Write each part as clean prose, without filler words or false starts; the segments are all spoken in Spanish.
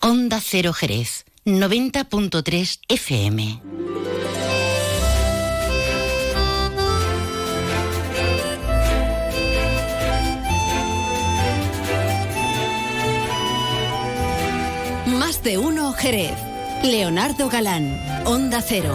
Onda Cero Jerez, 90.3 FM. Más de uno Jerez. Leonardo Galán, Onda Cero.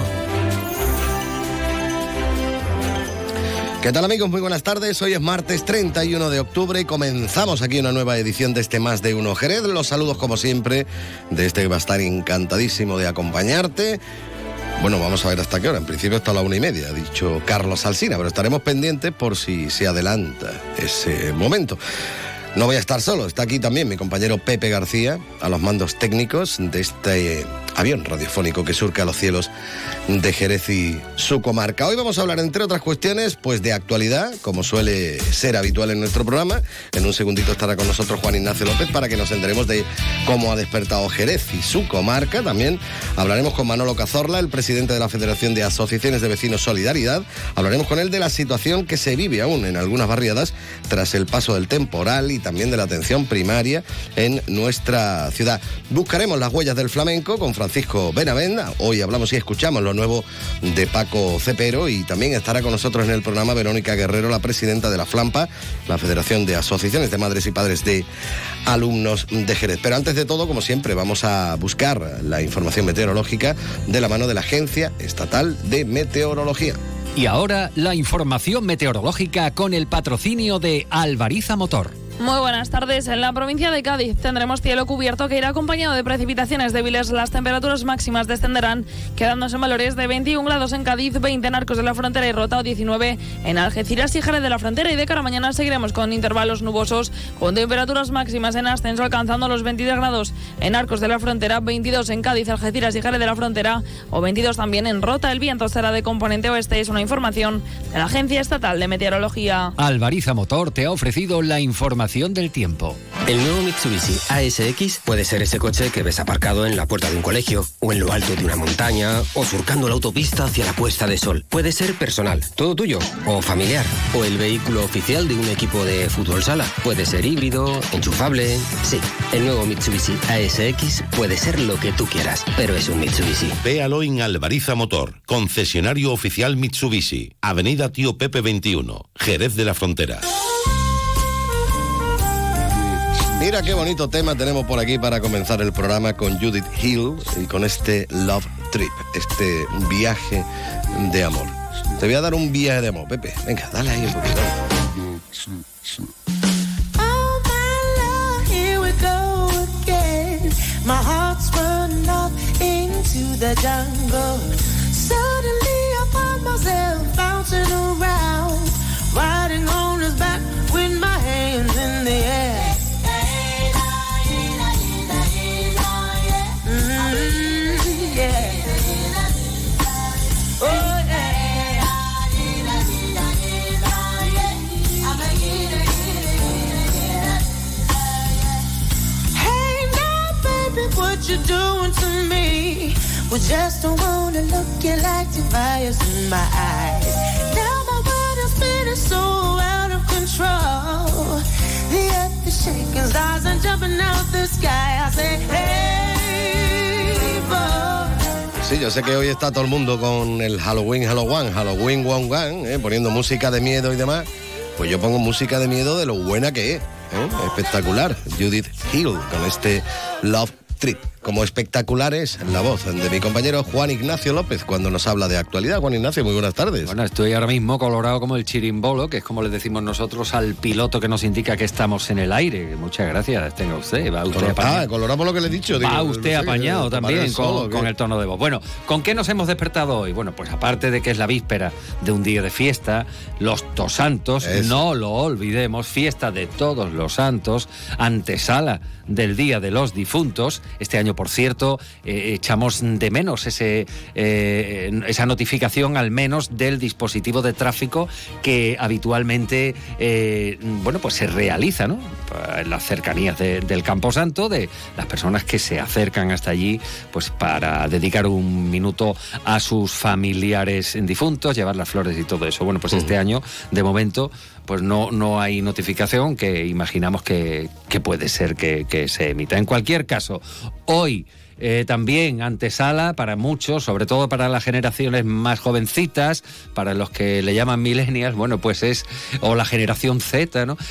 ¿Qué tal, amigos? Muy buenas tardes. Hoy es martes 31 de octubre y comenzamos aquí una nueva edición de este Más de Uno Jerez. Los saludos, como siempre, de este que va a estar encantadísimo de acompañarte. Bueno, vamos a ver hasta qué hora. En principio hasta la 1:30, ha dicho Carlos Alsina, pero estaremos pendientes por si se adelanta ese momento. No voy a estar solo, está aquí también mi compañero Pepe García, a los mandos técnicos de este avión radiofónico que surca los cielos de Jerez y su comarca. Hoy vamos a hablar, entre otras cuestiones, pues de actualidad, como suele ser habitual en nuestro programa. En un segundito estará con nosotros Juan Ignacio López para que nos enteremos de cómo ha despertado Jerez y su comarca. También hablaremos con Manolo Cazorla, el presidente de la Federación de Asociaciones de Vecinos Solidaridad. Hablaremos con él de la situación que se vive aún en algunas barriadas tras el paso del temporal y también de la atención primaria en nuestra ciudad. Buscaremos las huellas del flamenco con Francisco Benavent. Hoy hablamos y escuchamos lo nuevo de Paco Cepero, y también estará con nosotros en el programa Verónica Guerrero, la presidenta de la FLAMPA, la Federación de Asociaciones de Madres y Padres de Alumnos de Jerez. Pero antes de todo, como siempre, vamos a buscar la información meteorológica de la mano de la Agencia Estatal de Meteorología. Y ahora la información meteorológica con el patrocinio de Alvariza Motor. Muy buenas tardes. En la provincia de Cádiz tendremos cielo cubierto que irá acompañado de precipitaciones débiles. Las temperaturas máximas descenderán, quedándose en valores de 21 grados en Cádiz, 20 en Arcos de la Frontera y Rota, o 19 en Algeciras y Jerez de la Frontera. Y de cara a mañana seguiremos con intervalos nubosos, con temperaturas máximas en ascenso alcanzando los 22 grados en Arcos de la Frontera, 22 en Cádiz, Algeciras y Jerez de la Frontera, o 22 también en Rota. El viento será de componente oeste. Es una información de la Agencia Estatal de Meteorología. Alvariza Motor te ha ofrecido la información del tiempo. El nuevo Mitsubishi ASX puede ser ese coche que ves aparcado en la puerta de un colegio, o en lo alto de una montaña, o surcando la autopista hacia la puesta de sol. Puede ser personal, todo tuyo, o familiar, o el vehículo oficial de un equipo de fútbol sala. Puede ser híbrido, enchufable. Sí, el nuevo Mitsubishi ASX puede ser lo que tú quieras, pero es un Mitsubishi. Véalo en Alvariza Motor, concesionario oficial Mitsubishi, Avenida Tío Pepe 21, Jerez de la Frontera. Mira qué bonito tema tenemos por aquí para comenzar el programa con Judith Hill y con este Love Trip, este viaje de amor. Te voy a dar un viaje de amor, Pepe. Venga, dale ahí un poquito. Oh, my love, here we go again. My heart's run off into the jungle. Suddenly I find myself bouncing around, riding on his back with my hands in the air. What you doing to me? Well, just don't wanna look you like the fires in my eyes. Now my world is spinning so out of control. The earth is shaking, stars are jumping out the sky. I say, hey, boy. Sí, yo sé que hoy está todo el mundo con el Halloween One One, poniendo música de miedo y demás. Pues yo pongo música de miedo de lo buena que es, espectacular. Judith Hill con este Love Trip. Como espectacular es la voz de mi compañero Juan Ignacio López cuando nos habla de actualidad. Juan Ignacio, muy buenas tardes. Bueno, estoy ahora mismo colorado como el chirimbolo, que es como le decimos nosotros al piloto que nos indica que estamos en el aire. Muchas gracias, tenga usted. Va usted apañado. Colorado por lo que le he dicho. Va usted apañado también con el tono de voz. Bueno, ¿con qué nos hemos despertado hoy? Bueno, pues aparte de que es la víspera de un día de fiesta, los Tosantos, no lo olvidemos, fiesta de todos los santos, antesala del Día de los Difuntos. Este año, por cierto, echamos de menos esa notificación, al menos del dispositivo de tráfico que habitualmente pues se realiza, ¿no?, en las cercanías del Camposanto, de las personas que se acercan hasta allí pues para dedicar un minuto a sus familiares difuntos, llevar las flores y todo eso. Bueno, pues este año, de momento, pues no hay notificación, que imaginamos que puede ser que se emita. En cualquier caso, hoy Hoy también antesala para muchos, sobre todo para las generaciones más jovencitas, para los que le llaman millennials, bueno, pues o la generación Z, ¿no?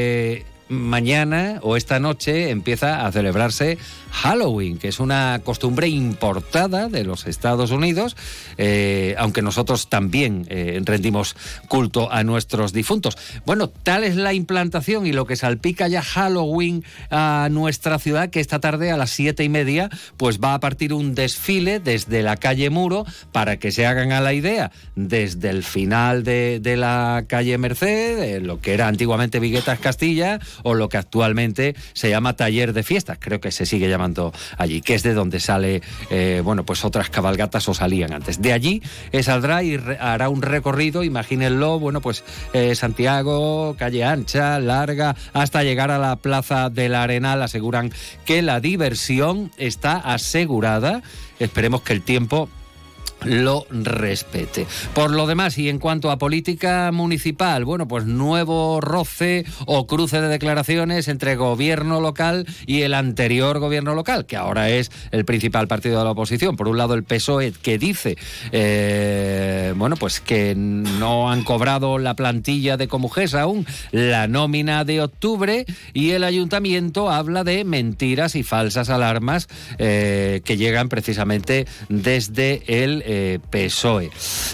Mañana o esta noche empieza a celebrarse Halloween, que es una costumbre importada de los Estados Unidos, aunque nosotros también rendimos culto a nuestros difuntos. Bueno, tal es la implantación y lo que salpica ya Halloween a nuestra ciudad, que esta tarde a las 7:30 pues va a partir un desfile desde la calle Muro, para que se hagan a la idea, desde el final de la calle Merced, lo que era antiguamente Viguetas Castilla, o lo que actualmente se llama Taller de Fiestas, creo que se sigue llamando allí, que es de donde sale, pues otras cabalgatas o salían antes. De allí saldrá y hará un recorrido, imagínenlo, pues Santiago, calle ancha, larga, hasta llegar a la Plaza del Arenal. Aseguran que la diversión está asegurada. Esperemos que el tiempo lo respete. Por lo demás, y en cuanto a política municipal, pues nuevo roce o cruce de declaraciones entre gobierno local y el anterior gobierno local, que ahora es el principal partido de la oposición. Por un lado, el PSOE, que dice pues que no han cobrado la plantilla de Comujés aún, la nómina de octubre, y el ayuntamiento habla de mentiras y falsas alarmas que llegan precisamente desde el PSOE.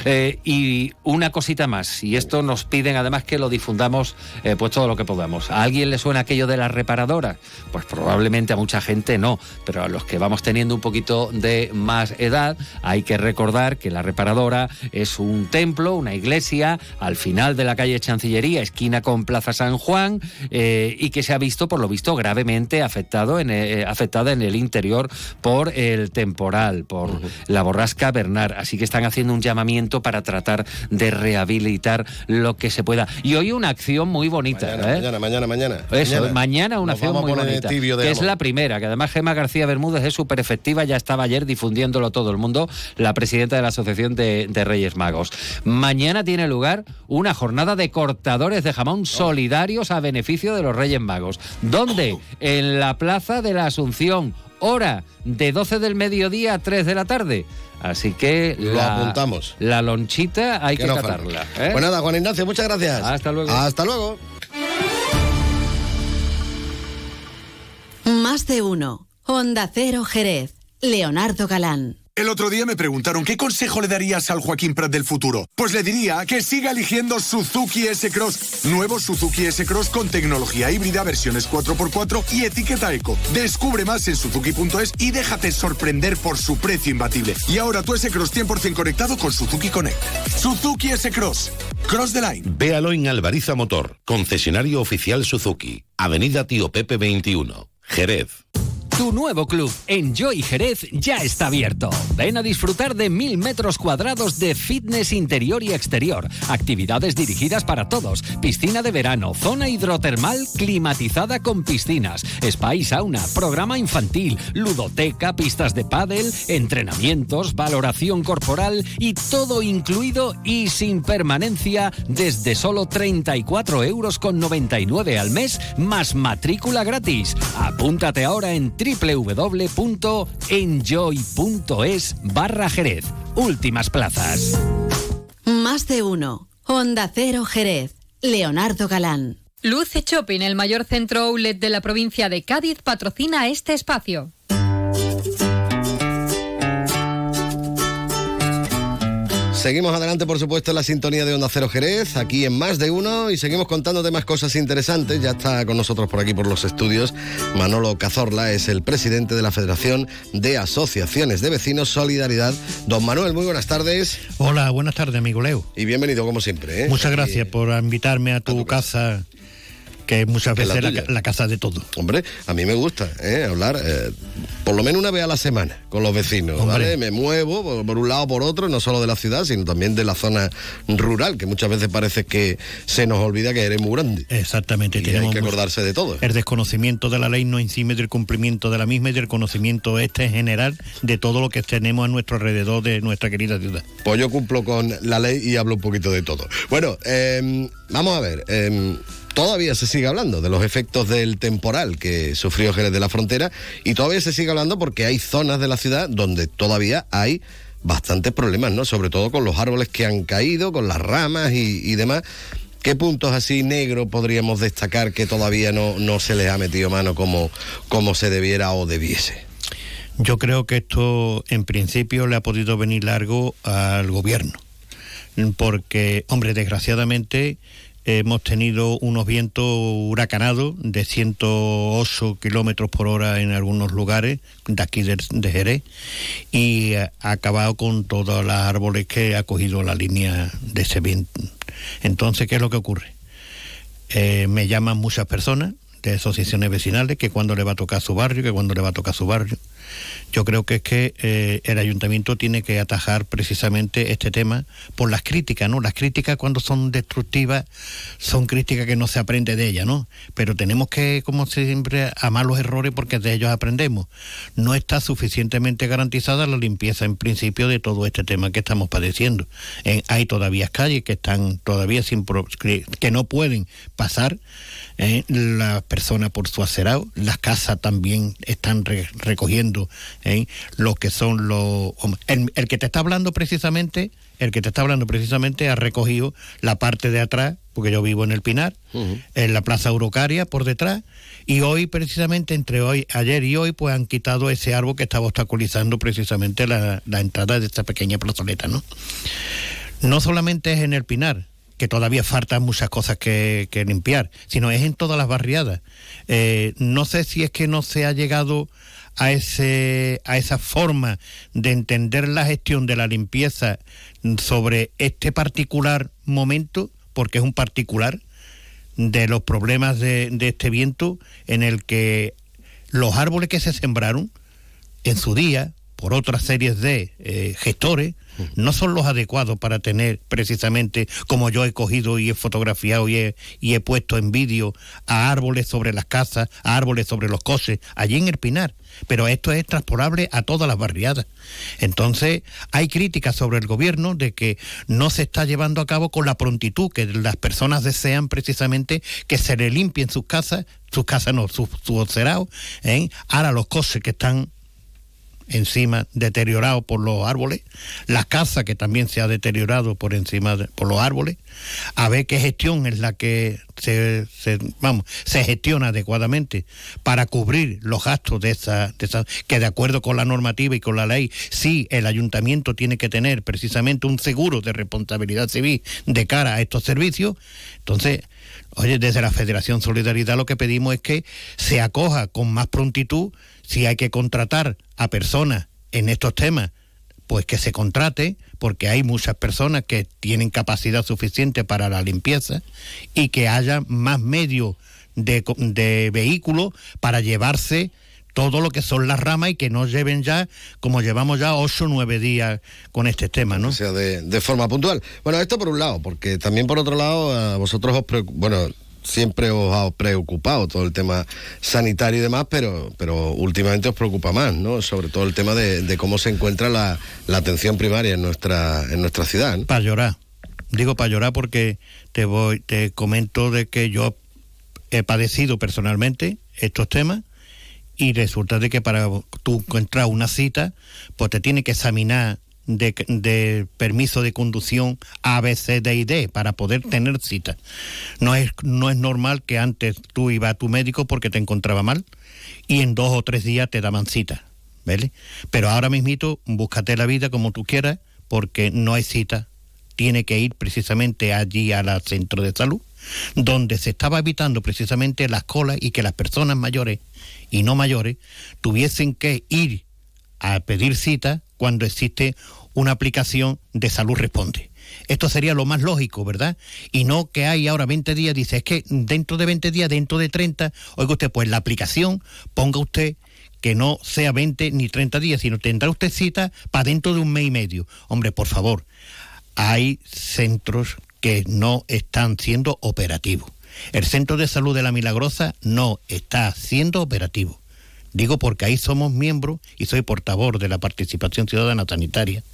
Y una cosita más, y esto nos piden además que lo difundamos pues todo lo que podamos. ¿A alguien le suena aquello de las reparadoras? Pues probablemente a mucha gente no, pero a los que vamos teniendo un poquito de más edad hay que recordar que la reparadora es un templo, una iglesia al final de la calle Chancillería, esquina con Plaza San Juan, y que se ha visto, por lo visto, gravemente afectada en el interior por el temporal, por la borrasca Bernard. Así que están haciendo un llamamiento para tratar de rehabilitar lo que se pueda. Y hoy una acción muy bonita. Mañana. Eso, mañana una acción muy bonita, que es la primera, que además Gemma García Bermúdez es súper efectiva, ya estaba ayer difundiéndolo todo el mundo, la presidenta de la Asociación de Reyes Magos. Mañana tiene lugar una jornada de cortadores de jamón solidarios a beneficio de los Reyes Magos. ¿Dónde? En la Plaza de la Asunción, hora de 12 del mediodía a 3 de la tarde. Así que lo apuntamos. La lonchita hay que catarla. Pues nada, Juan Ignacio, muchas gracias. Hasta luego. Hasta luego. Más de uno. Onda Cero Jerez. Leonardo Galán. El otro día me preguntaron ¿qué consejo le darías al Joaquín Prat del futuro? Pues le diría que siga eligiendo Suzuki S-Cross. Nuevo Suzuki S-Cross con tecnología híbrida, versiones 4x4 y etiqueta eco. Descubre más en suzuki.es y déjate sorprender por su precio imbatible. Y ahora tu S-Cross 100% conectado con Suzuki Connect. Suzuki S-Cross. Cross the line. Véalo en Alvariza Motor, concesionario oficial Suzuki. Avenida Tío Pepe 21, Jerez. Tu nuevo club, Enjoy Jerez, ya está abierto. Ven a disfrutar de 1000 metros cuadrados de fitness interior y exterior, actividades dirigidas para todos, piscina de verano, zona hidrotermal climatizada con piscinas, spa y sauna, programa infantil, ludoteca, pistas de pádel, entrenamientos, valoración corporal y todo incluido y sin permanencia desde solo 34,99 € al mes, más matrícula gratis. Apúntate ahora en www.enjoy.es/Jerez. Últimas plazas. Más de uno. Onda Cero Jerez. Leonardo Galán. Luce Shopping, el mayor centro outlet de la provincia de Cádiz, patrocina este espacio. Seguimos adelante, por supuesto, en la sintonía de Onda Cero Jerez, aquí en Más de Uno, y seguimos contándote más cosas interesantes. Ya está con nosotros por aquí, por los estudios, Manolo Cazorla, es el presidente de la Federación de Asociaciones de Vecinos Solidaridad. Don Manuel, muy buenas tardes. Hola, buenas tardes, amigo Leo. Y bienvenido, como siempre. Muchas gracias por invitarme a tu casa, que muchas veces es la casa de todo. Hombre, a mí me gusta hablar por lo menos una vez a la semana con los vecinos, ¿vale? Me muevo por un lado o por otro, no solo de la ciudad, sino también de la zona rural, que muchas veces parece que se nos olvida que eres muy grande. Exactamente. Y hay que acordarse de todo. El desconocimiento de la ley no encima del cumplimiento de la misma y del conocimiento general de todo lo que tenemos a nuestro alrededor de nuestra querida ciudad. Pues yo cumplo con la ley y hablo un poquito de todo. Bueno, vamos a ver... todavía se sigue hablando de los efectos del temporal que sufrió Jerez de la Frontera, y todavía se sigue hablando porque hay zonas de la ciudad donde todavía hay bastantes problemas, ¿no? Sobre todo con los árboles que han caído, con las ramas y demás. ¿Qué puntos así negros podríamos destacar que todavía no se les ha metido mano como se debiera o debiese? Yo creo que esto en principio le ha podido venir largo al gobierno, porque, hombre, desgraciadamente hemos tenido unos vientos huracanados de 108 kilómetros por hora en algunos lugares de aquí de Jerez, y ha acabado con todos los árboles que ha cogido la línea de ese viento. Entonces, ¿qué es lo que ocurre? Me llaman muchas personas de asociaciones vecinales que cuando le va a tocar su barrio, Yo creo que es que el ayuntamiento tiene que atajar precisamente este tema por las críticas, ¿no? Las críticas, cuando son destructivas, son críticas que no se aprende de ellas, ¿no? Pero tenemos que, como siempre, amar los errores porque de ellos aprendemos. No está suficientemente garantizada la limpieza, en principio, de todo este tema que estamos padeciendo. Hay todavía calles que están todavía que no pueden pasar las personas por su acerado. Las casas también están recogiendo lo que son los... El que te está hablando precisamente ha recogido la parte de atrás, porque yo vivo en el Pinar, en la Plaza Eurocaria por detrás, y hoy precisamente, ayer y hoy, pues han quitado ese árbol que estaba obstaculizando precisamente la entrada de esta pequeña plazoleta, ¿no? No solamente es en el Pinar, que todavía faltan muchas cosas que limpiar, sino es en todas las barriadas. No sé si es que no se ha llegado a esa forma de entender la gestión de la limpieza sobre este particular momento, porque es un particular de los problemas de este viento, en el que los árboles que se sembraron en su día por otras series de gestores no son los adecuados para tener precisamente, como yo he cogido y he fotografiado y he puesto en vídeo, a árboles sobre las casas, a árboles sobre los coches, allí en el Pinar. Pero esto es transportable a todas las barriadas. Entonces, hay críticas sobre el gobierno de que no se está llevando a cabo con la prontitud que las personas desean, precisamente que se le limpien sus casas no, sus ocerados, ahora los coches que están encima deteriorado por los árboles, la casa que también se ha deteriorado por los árboles, a ver qué gestión es la que se gestiona adecuadamente para cubrir los gastos de esa, que de acuerdo con la normativa y con la ley, sí, el ayuntamiento tiene que tener precisamente un seguro de responsabilidad civil de cara a estos servicios. Entonces, oye, desde la Federación Solidaridad lo que pedimos es que se acoja con más prontitud. Si hay que contratar a personas en estos temas, pues que se contrate, porque hay muchas personas que tienen capacidad suficiente para la limpieza, y que haya más medios de vehículos para llevarse todo lo que son las ramas, y que no lleven ya, como llevamos ya 8 o 9 días con este tema, ¿no? O sea, de forma puntual. Bueno, esto por un lado, porque también por otro lado, a vosotros siempre os ha preocupado todo el tema sanitario y demás, pero últimamente os preocupa más, ¿no? Sobre todo el tema de cómo se encuentra la atención primaria en nuestra ciudad, ¿no? Para llorar. Digo para llorar porque te comento de que yo he padecido personalmente estos temas, y resulta de que para tú encontrar una cita, pues te tiene que examinar de permiso de conducción A, B, C, D y D para poder tener cita. No es normal que antes tú ibas a tu médico porque te encontraba mal y en 2 o 3 días te daban cita, ¿vale? Pero ahora mismito búscate la vida como tú quieras, porque no hay cita. Tiene que ir precisamente allí al centro de salud, donde se estaba evitando precisamente las colas, y que las personas mayores y no mayores tuviesen que ir a pedir cita cuando existe una aplicación de Salud Responde. Esto sería lo más lógico, ¿verdad? Y no que hay ahora 20 días, dice, es que dentro de 20 días, dentro de 30, oiga usted, pues la aplicación, ponga usted que no sea 20 ni 30 días, sino tendrá usted cita para dentro de 1 mes y medio. Hombre, por favor, hay centros que no están siendo operativos. El Centro de Salud de La Milagrosa no está siendo operativo. Digo porque ahí somos miembros y soy portavoz de la participación ciudadana sanitaria,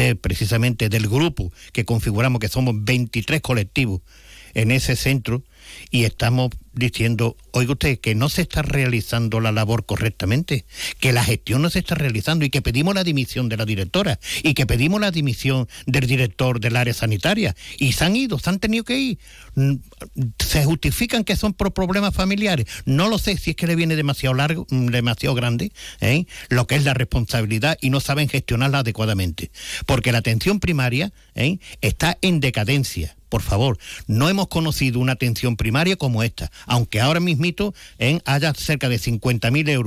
precisamente del grupo que configuramos, que somos 23 colectivos en ese centro, y estamos diciendo, oiga usted, que no se está realizando la labor correctamente, que la gestión no se está realizando y que pedimos la dimisión de la directora y que pedimos la dimisión del director del área sanitaria y se han ido, se han tenido que ir. Se justifican que son por problemas familiares. No lo sé si es que le viene demasiado largo, demasiado grande, lo que es la responsabilidad y no saben gestionarla adecuadamente. Porque la atención primaria está en decadencia. Por favor, no hemos conocido una atención primaria como esta, aunque ahora mismito haya cerca de 50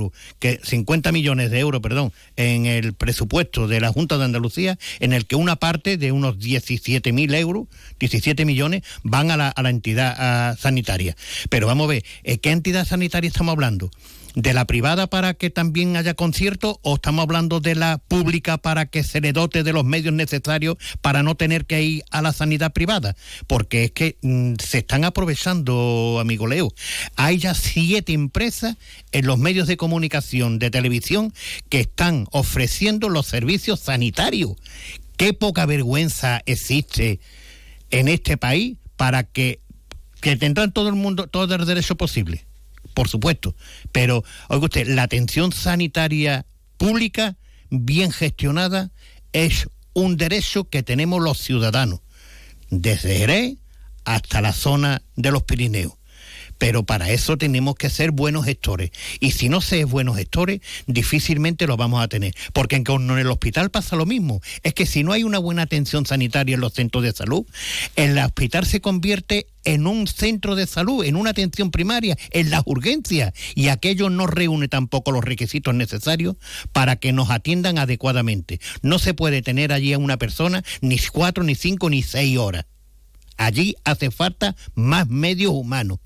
millones de euros, en el presupuesto de la Junta de Andalucía, en el que una parte de unos 17 millones, van a la entidad sanitaria. Pero vamos a ver, ¿qué entidad sanitaria estamos hablando? ¿De la privada para que también haya conciertos o estamos hablando de la pública para que se le dote de los medios necesarios para no tener que ir a la sanidad privada? Porque es que se están aprovechando, amigo Leo. Hay ya 7 empresas en los medios de comunicación de televisión que están ofreciendo los servicios sanitarios. Qué poca vergüenza existe en este país para que tendrán todo el mundo todo el derecho posible. Por supuesto, pero, oiga usted, la atención sanitaria pública, bien gestionada, es un derecho que tenemos los ciudadanos, desde Jerez hasta la zona de los Pirineos. Pero para eso tenemos que ser buenos gestores. Y si no se es buenos gestores, difícilmente lo vamos a tener. Porque en el hospital pasa lo mismo. Es que si no hay una buena atención sanitaria en los centros de salud, el hospital se convierte en un centro de salud, en una atención primaria, en las urgencias. Y aquello no reúne tampoco los requisitos necesarios para que nos atiendan adecuadamente. No se puede tener allí a una persona ni 4, ni 5, ni 6 horas. Allí hace falta más medios humanos,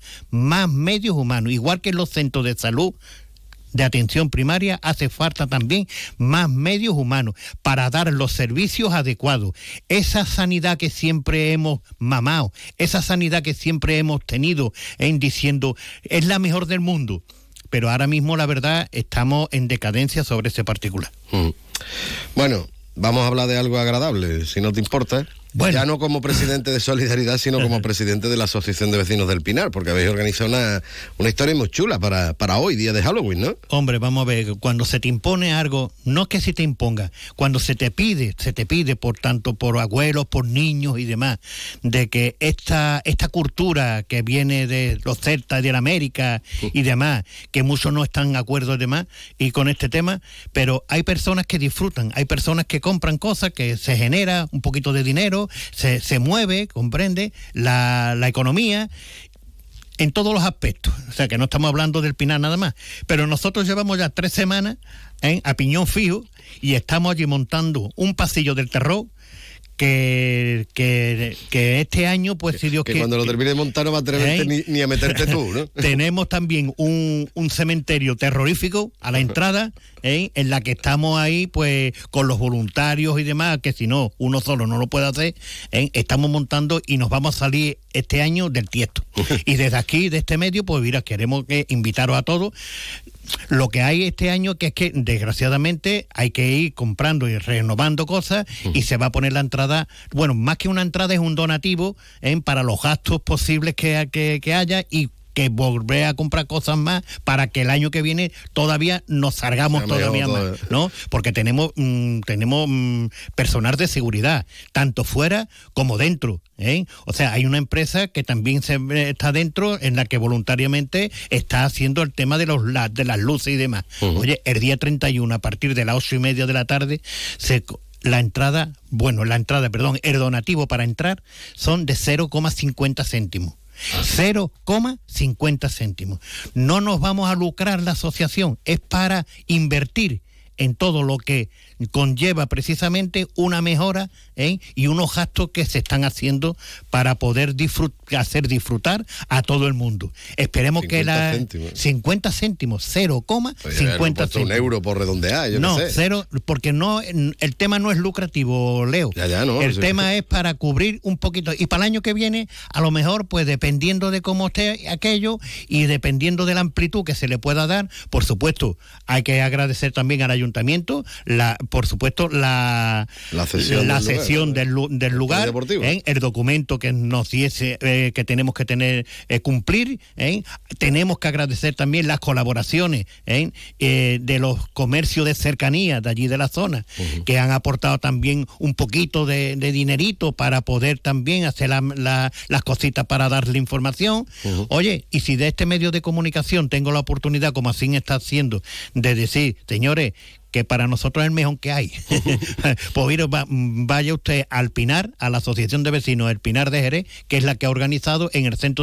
igual que en los centros de salud de atención primaria hace falta también más medios humanos para dar los servicios adecuados. Esa sanidad que siempre hemos mamado, esa sanidad que siempre hemos tenido diciendo es la mejor del mundo, pero ahora mismo la verdad estamos en decadencia sobre ese particular. Bueno, vamos a hablar de algo agradable, si no te importa. Bueno. Ya no como presidente de Solidaridad, sino como presidente de la Asociación de Vecinos del Pinar, porque habéis organizado una historia muy chula para hoy, día de Halloween, ¿no? Hombre, vamos a ver, cuando se te impone algo, no es que se te imponga, cuando se te pide por tanto por abuelos, por niños y demás, de que esta cultura que viene de los celtas, de la América y demás, que muchos no están de acuerdo y demás, y con este tema, pero hay personas que disfrutan, hay personas que compran cosas, que se genera un poquito de dinero, se mueve, comprende, la economía en todos los aspectos. O sea, que no estamos hablando del Pinar nada más. Pero nosotros llevamos ya 3 semanas a piñón fijo y estamos allí montando un pasillo del terror que este año, pues si Dios quiere... Que cuando lo termine de montar no va a atreverte ni a meterte tú, ¿no? Tenemos también un cementerio terrorífico a la entrada, en la que estamos ahí, pues, con los voluntarios y demás, que si no, uno solo no lo puede hacer, estamos montando y nos vamos a salir este año del Tiesto. Y desde aquí, de este medio, pues mira, queremos invitaros a todos. Lo que hay este año que es que desgraciadamente hay que ir comprando y renovando cosas y se va a poner la entrada, bueno, más que una entrada es un donativo para los gastos posibles que haya y que volver a comprar cosas más para que el año que viene todavía nos salgamos todavía más, ¿no? Porque tenemos personal de seguridad, tanto fuera como dentro, O sea, hay una empresa que también está dentro, en la que voluntariamente está haciendo el tema de las luces y demás. Oye, el día 31, a partir de las 8:30 de la tarde, el donativo para entrar son de 0,50 céntimos. 0,50 céntimos. No nos vamos a lucrar la asociación, es para invertir en todo lo que conlleva precisamente una mejora y unos gastos que se están haciendo para poder hacer disfrutar a todo el mundo. Esperemos que 50 céntimos, 0,50 céntimos. Un euro por redondear, no, cero, porque no, el tema no es lucrativo, Leo. El tema es para cubrir un poquito. Y para el año que viene, a lo mejor, pues dependiendo de cómo esté aquello y dependiendo de la amplitud que se le pueda dar, por supuesto, hay que agradecer también al ayuntamiento por supuesto, la cesión del lugar, el documento que nos diese, que tenemos que tener cumplir. Tenemos que agradecer también las colaboraciones de los comercios de cercanía de allí de la zona, que han aportado también un poquito de dinerito para poder también hacer las cositas para darle información. Oye, y si de este medio de comunicación tengo la oportunidad, como así está haciendo, de decir, señores, que para nosotros es el mejor que hay. Pues vaya usted al Pinar, a la Asociación de Vecinos El Pinar de Jerez, que es la que ha organizado en el centro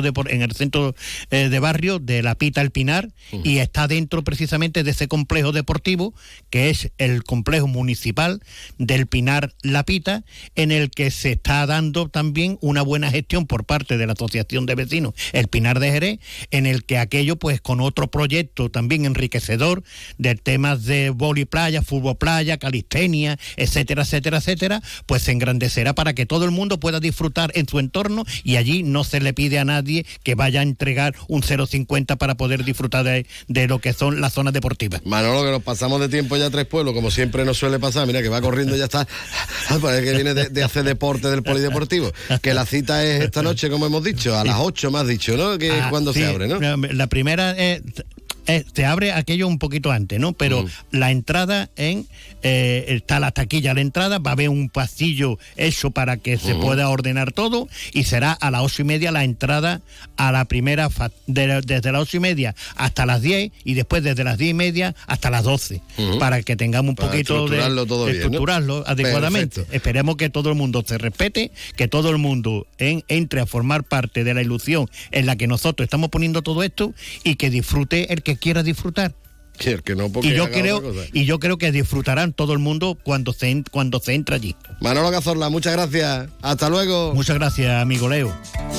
de barrio de La Pita El Pinar, y está dentro precisamente de ese complejo deportivo, que es el complejo municipal del Pinar La Pita, en el que se está dando también una buena gestión por parte de la Asociación de Vecinos El Pinar de Jerez, en el que aquello, pues con otro proyecto también enriquecedor de temas de voleibol playa, fútbol playa, calistenia, etcétera, etcétera, etcétera, pues se engrandecerá para que todo el mundo pueda disfrutar en su entorno, y allí no se le pide a nadie que vaya a entregar un 0,50 para poder disfrutar de lo que son las zonas deportivas. Manolo, que nos pasamos de tiempo ya a Tres Pueblos, como siempre nos suele pasar, mira que va corriendo y ya está, parece que viene de hacer deporte del polideportivo, que la cita es esta noche, como hemos dicho, a las 8 me has dicho, ¿no? Que es cuando se abre, ¿no? La primera es... se abre aquello un poquito antes, ¿no? Pero la entrada está la taquilla a la entrada, va a haber un pasillo hecho para que se pueda ordenar todo, y será a las 8:30 la entrada a la primera desde las 8:30 hasta las 10, y después desde las 10:30 hasta las 12, para que tengamos un poquito de estructurarlo adecuadamente. Perfecto. Esperemos que todo el mundo se respete, que todo el mundo entre a formar parte de la ilusión en la que nosotros estamos poniendo todo esto, y que disfrute el que quiera disfrutar. Que no, y yo creo que disfrutarán todo el mundo cuando se entra allí. Manolo Cazorla, muchas gracias. Hasta luego. Muchas gracias, amigo Leo.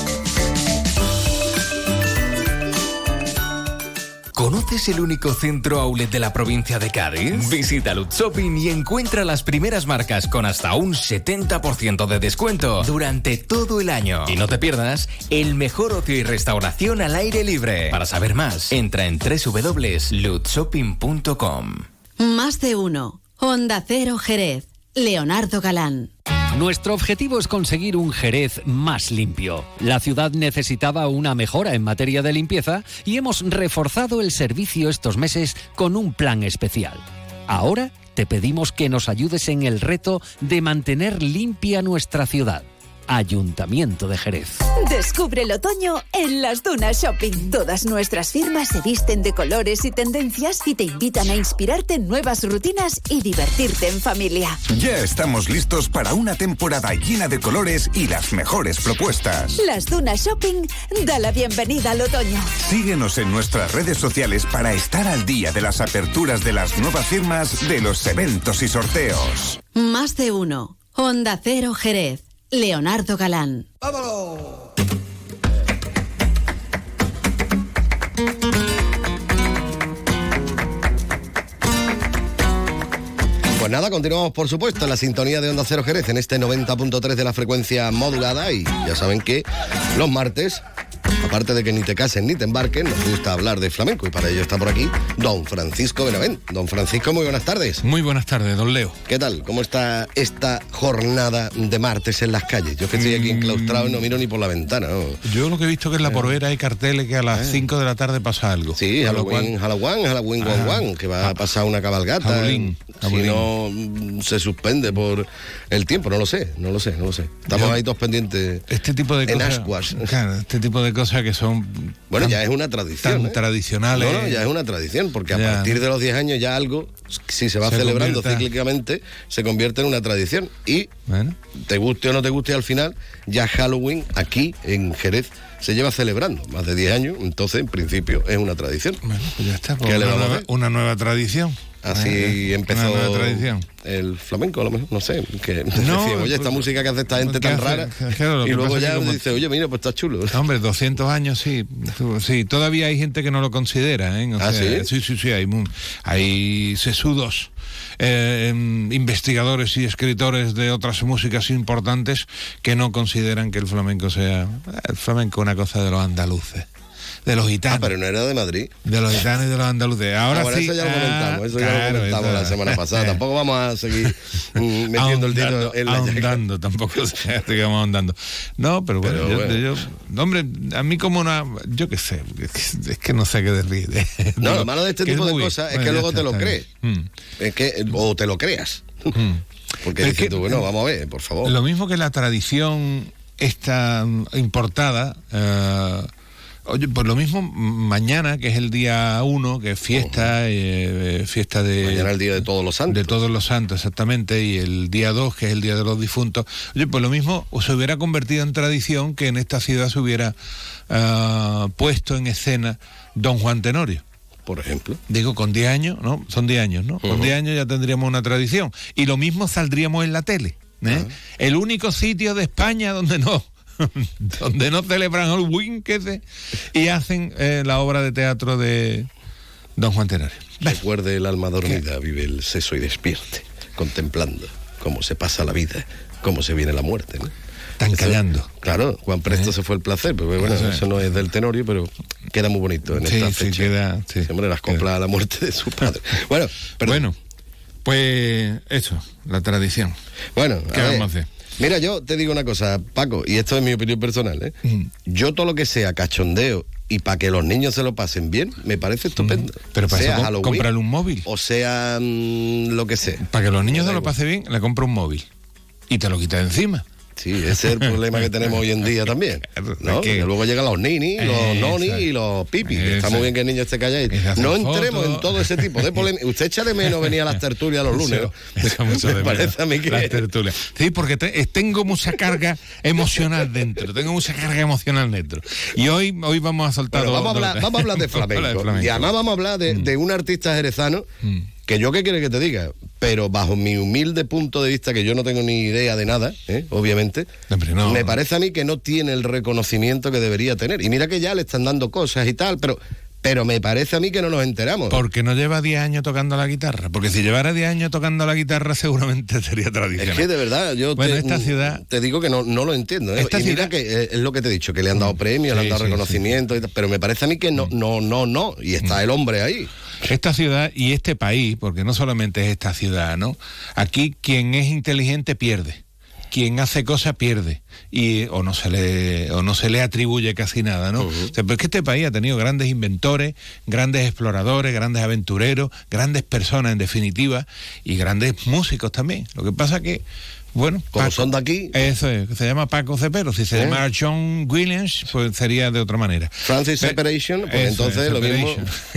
¿Conoces el único centro outlet de la provincia de Cádiz? Visita Lutz Shopping y encuentra las primeras marcas con hasta un 70% de descuento durante todo el año. Y no te pierdas el mejor ocio y restauración al aire libre. Para saber más, entra en www.lutzshopping.com. Más de uno. Onda Cero Jerez. Leonardo Galán. Nuestro objetivo es conseguir un Jerez más limpio. La ciudad necesitaba una mejora en materia de limpieza y hemos reforzado el servicio estos meses con un plan especial. Ahora te pedimos que nos ayudes en el reto de mantener limpia nuestra ciudad. Ayuntamiento de Jerez. Descubre el otoño en Las Dunas Shopping. Todas nuestras firmas se visten de colores y tendencias y te invitan a inspirarte en nuevas rutinas y divertirte en familia. Ya estamos listos para una temporada llena de colores y las mejores propuestas. Las Dunas Shopping da la bienvenida al otoño. Síguenos en nuestras redes sociales para estar al día de las aperturas de las nuevas firmas, de los eventos y sorteos. Más de uno. Onda Cero Jerez. Leonardo Galán. ¡Vámonos! Pues nada, continuamos por supuesto en la sintonía de Onda Cero Jerez en este 90.3 de la frecuencia modulada, y ya saben que los martes, aparte de que ni te casen ni te embarquen, nos gusta hablar de flamenco, y para ello está por aquí don Francisco Benavent. Don Francisco, muy buenas tardes. Muy buenas tardes, don Leo. ¿Qué tal? ¿Cómo está esta jornada de martes en las calles? Yo que estoy aquí enclaustrado y no miro ni por la ventana, ¿no? Yo lo que he visto que en la Porvera hay carteles que a las 5 de la tarde pasa algo. Sí, Halloween, que va a pasar una cabalgata. Halloween. Si no se suspende por el tiempo, no lo sé. Estamos ahí todos pendientes. Este tipo de cosas. Ascuas. Claro, este tipo de cosas que son. Bueno, ya es una tradición. Tan tradicionales. No, ya es una tradición, porque a partir de los 10 años ya algo, si se va celebrando cíclicamente, se convierte en una tradición. Y te guste o no te guste, al final, ya Halloween aquí en Jerez se lleva celebrando más de 10 años, entonces en principio es una tradición. Bueno, pues ya está, pues una nueva tradición. Así empezó el flamenco, a lo mejor, no sé, que decían, oye, esta música que hace esta gente tan rara, y luego ya dice, oye, mira, pues está chulo. Hombre, 200 años, sí, todavía hay gente que no lo considera, ¿eh? ¿Sí? Sí, hay sesudos investigadores y escritores de otras músicas importantes que no consideran que el flamenco sea una cosa de los andaluces. de los gitanos. Pero no era de Madrid. De los gitanos y de los andaluces. Ahora bueno, sí. Eso ya lo comentamos, ya lo comentamos la semana pasada. Tampoco vamos a seguir metiendo el dedo en la ahondando, tampoco sigamos ahondando. No, pero bueno, yo, hombre, a mí como una, yo qué sé, es que no sé qué decir. No, lo malo de este tipo de cosas es que luego te lo crees. Es que, o te lo creas. Porque dices tú, bueno, vamos a ver, por favor. Lo mismo que la tradición esta importada, oye, pues lo mismo mañana, que es el día 1, que es fiesta, fiesta de... Mañana es el día de Todos los Santos. De Todos los Santos, exactamente, y el día 2, que es el día de los difuntos. Oye, pues lo mismo se hubiera convertido en tradición que en esta ciudad se hubiera puesto en escena Don Juan Tenorio. Por ejemplo. Digo, con 10 años, ¿no? Son 10 años, ¿no? Con 10 años ya tendríamos una tradición. Y lo mismo saldríamos en la tele. El único sitio de España donde no celebran Halloween y hacen la obra de teatro de Don Juan Tenorio. Recuerde el alma dormida, vive el seso y despierte, contemplando cómo se pasa la vida, cómo se viene la muerte, ¿no? Están callando. Claro, cuán presto se fue el placer, pero bueno, eso no es del Tenorio, pero queda muy bonito en esta fecha. Sí, queda. Sí, hombre, las coplas a la muerte de su padre. Bueno, pues eso, la tradición. Bueno, ¿qué vamos a hacer? Mira, yo te digo una cosa, Paco, y esto es mi opinión personal, yo todo lo que sea cachondeo y para que los niños se lo pasen bien, me parece estupendo. Pero para eso comprarle un móvil. O sea, lo que sea. Para que los niños se lo pasen bien, le compra un móvil y te lo quita de encima. Sí, ese es el problema que tenemos hoy en día también, ¿no? Que luego llegan los ninis, los nonis y los pipis. Está muy bien que el niño esté calladito. No entremos en todo ese tipo de polémica. Usted echa de menos venir a las tertulias los lunes. Me parece a mí que... Las tertulias. Sí, porque tengo mucha carga emocional dentro. Y hoy vamos a soltar... Bueno, vamos a hablar de flamenco. Y además vamos a hablar de un artista jerezano que yo qué quiere que te diga, pero bajo mi humilde punto de vista, que yo no tengo ni idea de nada, obviamente, me parece a mí que no tiene el reconocimiento que debería tener. Y mira que ya le están dando cosas y tal, pero me parece a mí que no nos enteramos. Porque no lleva 10 años tocando la guitarra. Porque si llevara 10 años tocando la guitarra, seguramente sería tradicional. Es que de verdad, yo esta ciudad, te digo que no lo entiendo. Y mira que es lo que te he dicho, que le han dado premios, le han dado reconocimiento, y tal, pero me parece a mí que no. Y está el hombre ahí. Esta ciudad y este país, porque no solamente es esta ciudad, ¿no? Aquí quien es inteligente pierde. Quien hace cosas pierde o no se le atribuye casi nada, ¿no? O sea, pero es que este país ha tenido grandes inventores, grandes exploradores, grandes aventureros, grandes personas en definitiva y grandes músicos también. Lo que pasa que bueno, como Paco, son de aquí, eso es, se llama Paco Cepero. Si se llamara John Williams, pues sería de otra manera. Francis Separation, pues entonces lo mismo.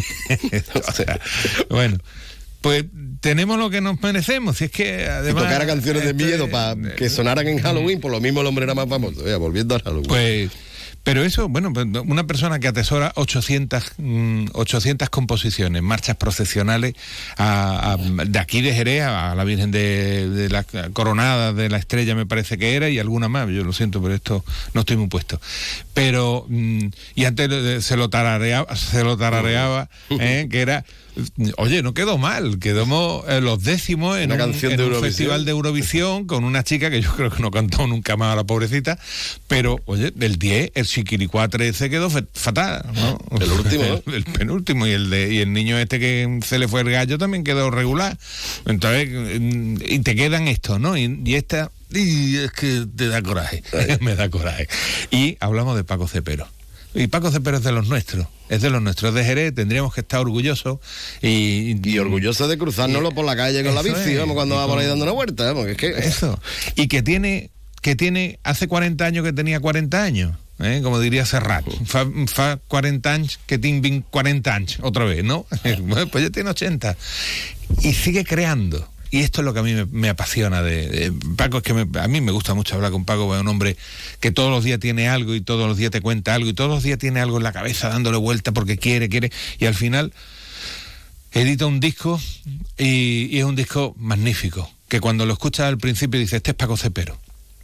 O sea, bueno, pues tenemos lo que nos merecemos. Si es que además, si tocara canciones de miedo para que sonaran en Halloween, por lo mismo el hombre era más famoso. Volviendo a Halloween. Pues, pero eso, bueno, una persona que atesora 800 composiciones, marchas procesionales de aquí de Jerez a la Virgen de la Coronada de la Estrella, me parece que era, y alguna más, yo lo siento, pero esto no estoy muy puesto. Pero, y antes se lo tarareaba, que era... Oye, no quedó mal, quedamos los décimos en un festival de Eurovisión con una chica que yo creo que no cantó nunca más a la pobrecita, pero oye, del 10, el chiquilicuatre ese quedó fatal, ¿no? El último, ¿no? El penúltimo, y el niño este que se le fue el gallo también quedó regular. Entonces, y te quedan estos, ¿no? Y esta, y es que te da coraje, me da coraje. Y hablamos de Paco Cepero. Y Paco Cepero es de los nuestros, es de Jerez, tendríamos que estar orgullosos y orgullosos de cruzárnoslo por la calle con la bici, vamos, cuando vamos ahí dando una vuelta, porque es que... Eso, y que tiene hace 40 años que tenía 40 años, como diría Serrat, fa 40 años que tiene 40 años, otra vez, ¿no? Pues ya tiene 80, y sigue creando. Y esto es lo que a mí me apasiona de Paco, es que a mí me gusta mucho hablar con Paco, es un hombre que todos los días tiene algo y todos los días te cuenta algo y todos los días tiene algo en la cabeza dándole vuelta porque quiere, y al final edita un disco y es un disco magnífico, que cuando lo escuchas al principio dices, este es Paco Cepero.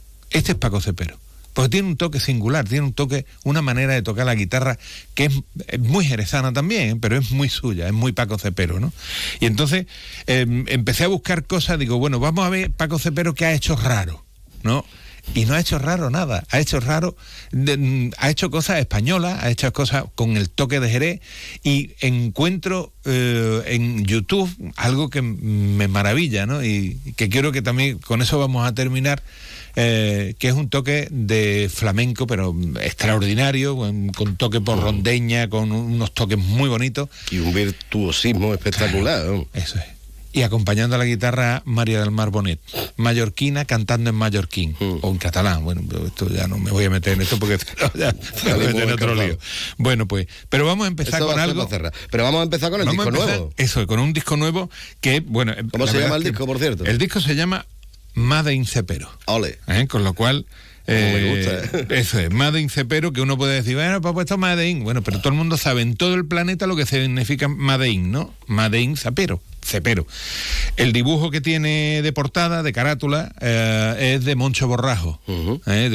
Porque tiene un toque singular, una manera de tocar la guitarra que es muy jerezana también, pero es muy suya, es muy Paco Cepero, ¿no? Y entonces empecé a buscar cosas, digo, bueno, vamos a ver Paco Cepero qué ha hecho raro, ¿no? y no ha hecho raro nada, ha hecho cosas españolas, ha hecho cosas con el toque de Jerez, y encuentro en YouTube algo que me maravilla, ¿no? Y que quiero que también, con eso vamos a terminar, que es un toque de flamenco, pero extraordinario, con toque por rondeña, con unos toques muy bonitos. Y un virtuosismo espectacular, ¿no? Eso es. Y acompañando a la guitarra María del Mar Bonet, mallorquina cantando en mallorquín, o en catalán. Bueno, esto ya no me voy a meter en esto porque ya me voy a meter en otro lío. Bueno, pues, pero vamos a empezar con algo. Pero vamos a empezar con el disco nuevo. Eso, con un disco nuevo que, bueno... ¿Cómo se llama el disco, por cierto? El disco se llama Made in Cepero. Ole. Con lo cual... me gusta. Eso es, Made in Cepero, que uno puede decir, bueno, pues esto es Made in. Bueno, pero todo el mundo sabe en todo el planeta lo que significa Made in, ¿no? Made in Cepero. El dibujo que tiene de portada, de carátula, es de Moncho Borrajo, de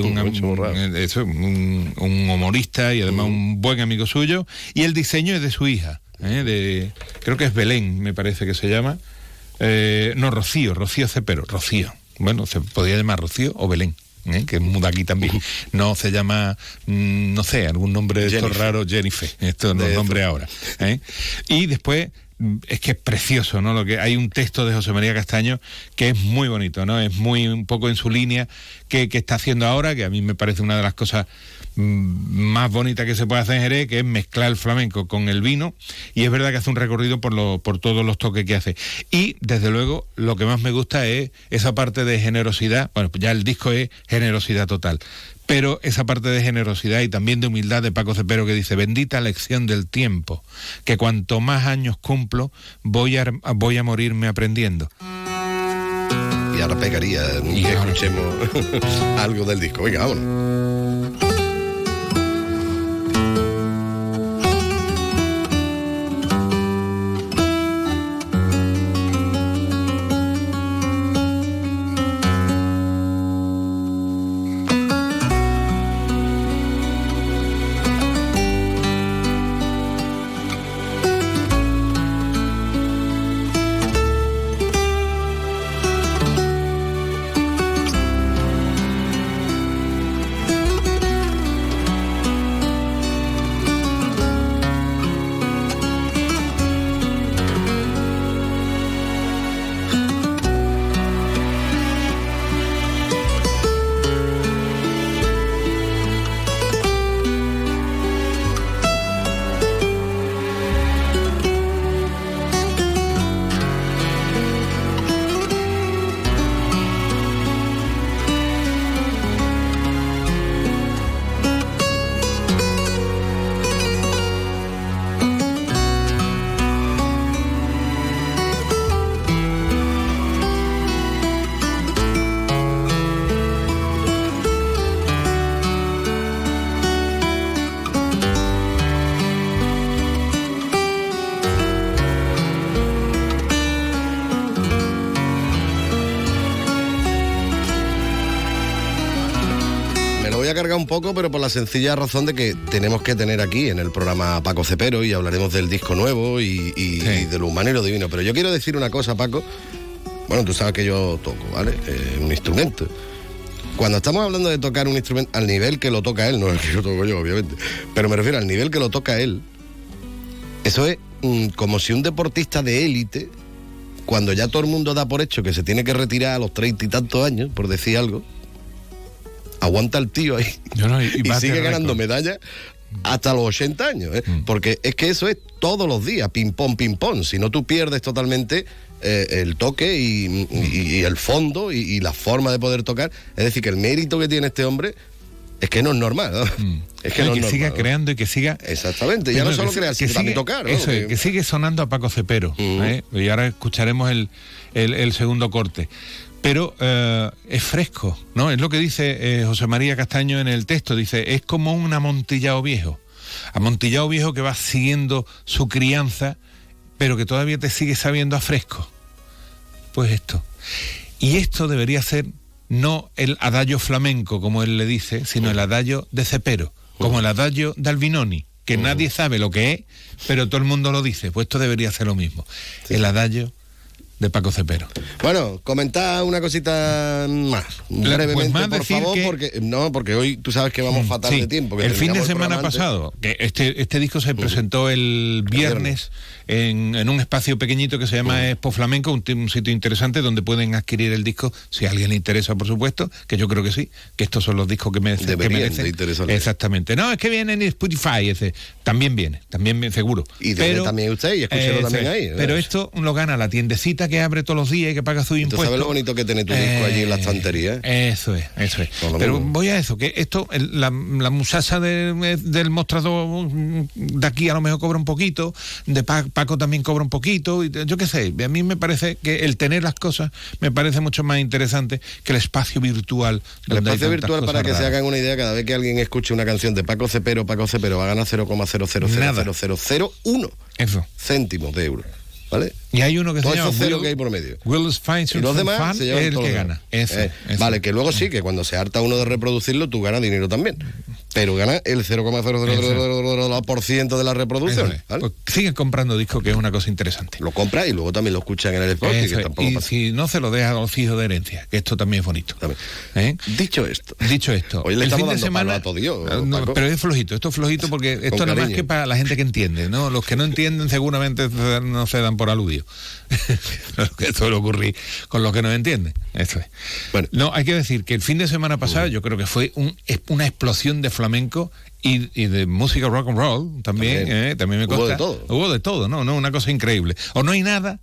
un humorista y además un buen amigo suyo, y el diseño es de su hija, creo que es Belén, me parece que se llama, no, Rocío Cepero, Rocío, bueno, se podría llamar Rocío o Belén. Que es muda aquí también. No se llama, no sé, algún nombre de estos raros, Jennifer, esto no es nombre ahora. Y después, es que es precioso, ¿no? Lo que hay un texto de José María Castaño que es muy bonito, ¿no? Es muy un poco en su línea que está haciendo ahora, que a mí me parece una de las cosas más bonita que se puede hacer en Jerez, que es mezclar el flamenco con el vino, y es verdad que hace un recorrido por todos los toques que hace. Y desde luego lo que más me gusta es esa parte de generosidad. Bueno, pues ya el disco es generosidad total, pero esa parte de generosidad y también de humildad de Paco Cepero, que dice: bendita lección del tiempo, que cuanto más años cumplo voy a morirme aprendiendo. Y ahora pegaría que escuchemos algo del disco. Venga, vámonos. Carga un poco, pero por la sencilla razón de que tenemos que tener aquí en el programa a Paco Cepero y hablaremos del disco nuevo y de lo humano y lo divino. Pero yo quiero decir una cosa, Paco. Bueno, tú sabes que yo toco, ¿vale? Un instrumento. Cuando estamos hablando de tocar un instrumento al nivel que lo toca él, no el que lo toco yo, obviamente, pero me refiero al nivel que lo toca él, eso es como si un deportista de élite, cuando ya todo el mundo da por hecho que se tiene que retirar a los 30 y tantos años, por decir algo, aguanta el tío ahí y sigue ganando medallas hasta los 80 años, porque es que eso es todos los días, ping-pong, si no tú pierdes totalmente el toque y el fondo y la forma de poder tocar. Es decir, que el mérito que tiene este hombre es que no es normal, ¿no? Es que no es normal, siga ¿no? creando y que siga... Exactamente, ya no solo crear, sino también tocar, ¿no? Eso es, que sigue sonando a Paco Cepero, y ahora escucharemos el segundo corte. Pero es fresco, ¿no? Es lo que dice José María Castaño en el texto. Dice, es como un amontillado viejo. Amontillado viejo que va siguiendo su crianza, pero que todavía te sigue sabiendo a fresco. Pues esto. Y esto debería ser no el adagio flamenco, como él le dice, sino el adagio de Cepero, como el adagio de Albinoni, que nadie sabe lo que es, pero todo el mundo lo dice. Pues esto debería ser lo mismo. Sí. El adagio de Paco Cepero. Bueno, comenta una cosita más, brevemente, pues más por favor, porque hoy tú sabes que vamos fatal de tiempo. Que el fin de semana pasado, que este disco se presentó el viernes en un espacio pequeñito que se llama Expo Flamenco, un sitio interesante donde pueden adquirir el disco, si a alguien le interesa, por supuesto, que yo creo que sí, que estos son los discos que merecen. De interesarle. Exactamente. No, es que viene en Spotify, también viene, seguro. Y también usted, y escúchelo también ahí. Pero esto lo gana la tiendecita que abre todos los días y que paga su impuesto. ¿Sabes lo bonito que tiene tu disco allí en la estantería? Eso es. Pero voy a eso, que esto, la muchacha del mostrador de aquí a lo mejor cobra un poquito, de Paco también cobra un poquito, y yo qué sé, a mí me parece que el tener las cosas me parece mucho más interesante que el espacio virtual. El espacio virtual, para que raras. Se hagan una idea, cada vez que alguien escuche una canción de Paco Cepero va a ganar 0,0000001 céntimos de euro. ¿Vale? Y hay uno que todo se llama cero que hay por medio. Y los demás se llevan el que gana. Eso. Vale, que luego sí, que cuando se harta uno de reproducirlo, tú ganas dinero también. Pero gana el 0,000% de la reproducción. ¿Vale? Pues sigue comprando discos, que es una cosa interesante. Lo compra y luego también lo escuchan en el Spotify, que tampoco y pasa. Si no, se lo deja a los hijos de herencia, que esto también es bonito. Dicho esto. Hoy le estamos fin de semana, todo Dios, pero es flojito, esto es flojito porque esto nada más que para la gente que entiende, ¿no? Los que no entienden seguramente no se dan por aludido. Que suele ocurrir con los que no entienden. Eso es. Bueno, no, hay que decir que el fin de semana pasado yo creo que fue una explosión de flamenco y de música rock and roll también me consta. Hubo de todo, ¿no? Una cosa increíble. O no hay nada,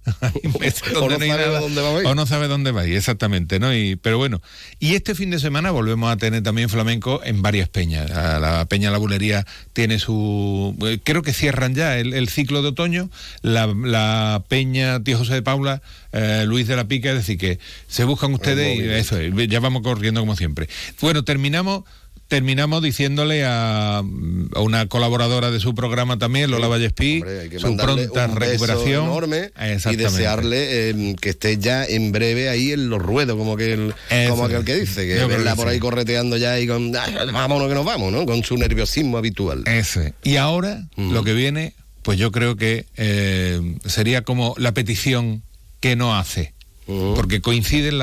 o no sabe dónde va a ir, exactamente, ¿no? Pero bueno, y este fin de semana volvemos a tener también flamenco en varias peñas. La Peña La Bulería tiene creo que cierran ya el ciclo de otoño, la Peña Tío José de Paula, Luis de la Pica, es decir, que se buscan ustedes y eso es, ya vamos corriendo como siempre. Bueno, terminamos diciéndole a una colaboradora de su programa también, Lola Vallespí, su pronta recuperación enorme y desearle que esté ya en breve ahí en los ruedos, como aquel que dice, que verla por ahí correteando ya y con vámonos que nos vamos, ¿no? Con su nerviosismo habitual. Y ahora lo que viene, pues yo creo que sería como la petición que no hace. Porque coinciden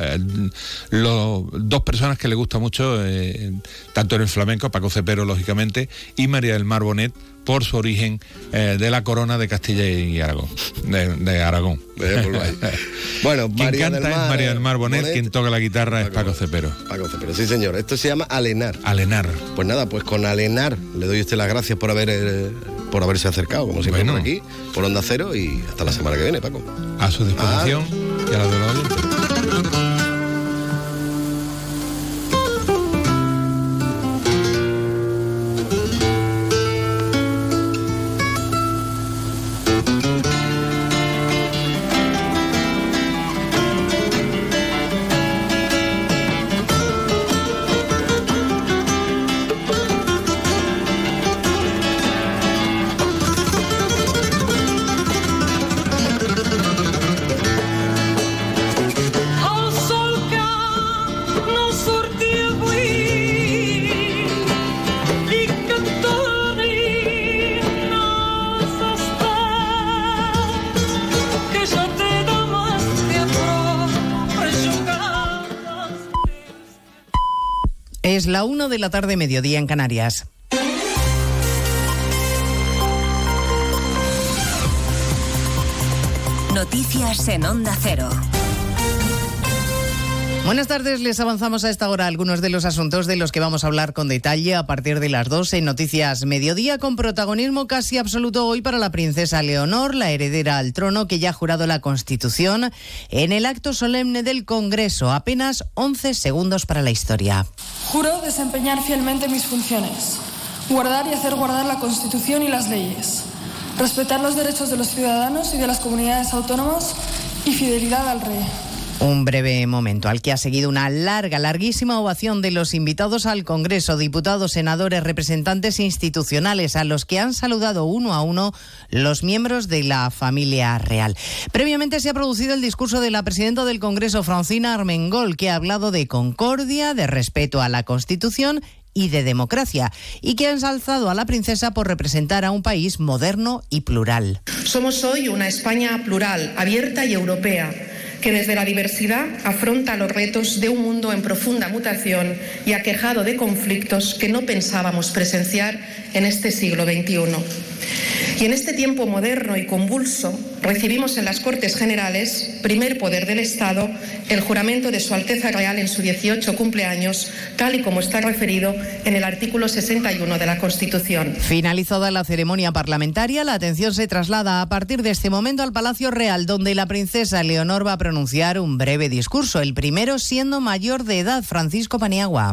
dos personas que le gusta mucho, tanto en el flamenco, Paco Cepero, lógicamente, y María del Mar Bonet, por su origen de la corona de Castilla y Aragón, de Aragón. Bueno, quien canta es María del Mar Bonet, quien toca la guitarra es Paco Cepero. Sí señor, esto se llama Alenar. Pues nada, pues con Alenar le doy a usted las gracias por haberse acercado, como siempre, por aquí, por Onda Cero, y hasta la semana que viene, Paco. A su disposición y a la de los oyentes. Es la 1 de la tarde, mediodía en Canarias. Noticias en Onda Cero. Buenas tardes, les avanzamos a esta hora algunos de los asuntos de los que vamos a hablar con detalle a partir de las 2 en Noticias Mediodía, con protagonismo casi absoluto hoy para la princesa Leonor, la heredera al trono, que ya ha jurado la Constitución en el acto solemne del Congreso. Apenas 11 segundos para la historia. Juro desempeñar fielmente mis funciones, guardar y hacer guardar la Constitución y las leyes, respetar los derechos de los ciudadanos y de las comunidades autónomas y fidelidad al rey. Un breve momento al que ha seguido una larguísima ovación de los invitados al Congreso, diputados, senadores, representantes institucionales, a los que han saludado uno a uno los miembros de la familia real. Previamente se ha producido el discurso de la presidenta del Congreso, Francina Armengol, que ha hablado de concordia, de respeto a la Constitución y de democracia, y que ha ensalzado a la princesa por representar a un país moderno y plural. Somos hoy una España plural, abierta y europea, que desde la diversidad afronta los retos de un mundo en profunda mutación y aquejado de conflictos que no pensábamos presenciar en este siglo XXI. Y en este tiempo moderno y convulso, recibimos en las Cortes Generales, primer poder del Estado, el juramento de Su Alteza Real en su 18 cumpleaños, tal y como está referido en el artículo 61 de la Constitución. Finalizada la ceremonia parlamentaria, la atención se traslada a partir de este momento al Palacio Real, donde la princesa Leonor va a pronunciar un breve discurso, el primero siendo mayor de edad. Francisco Paniagua.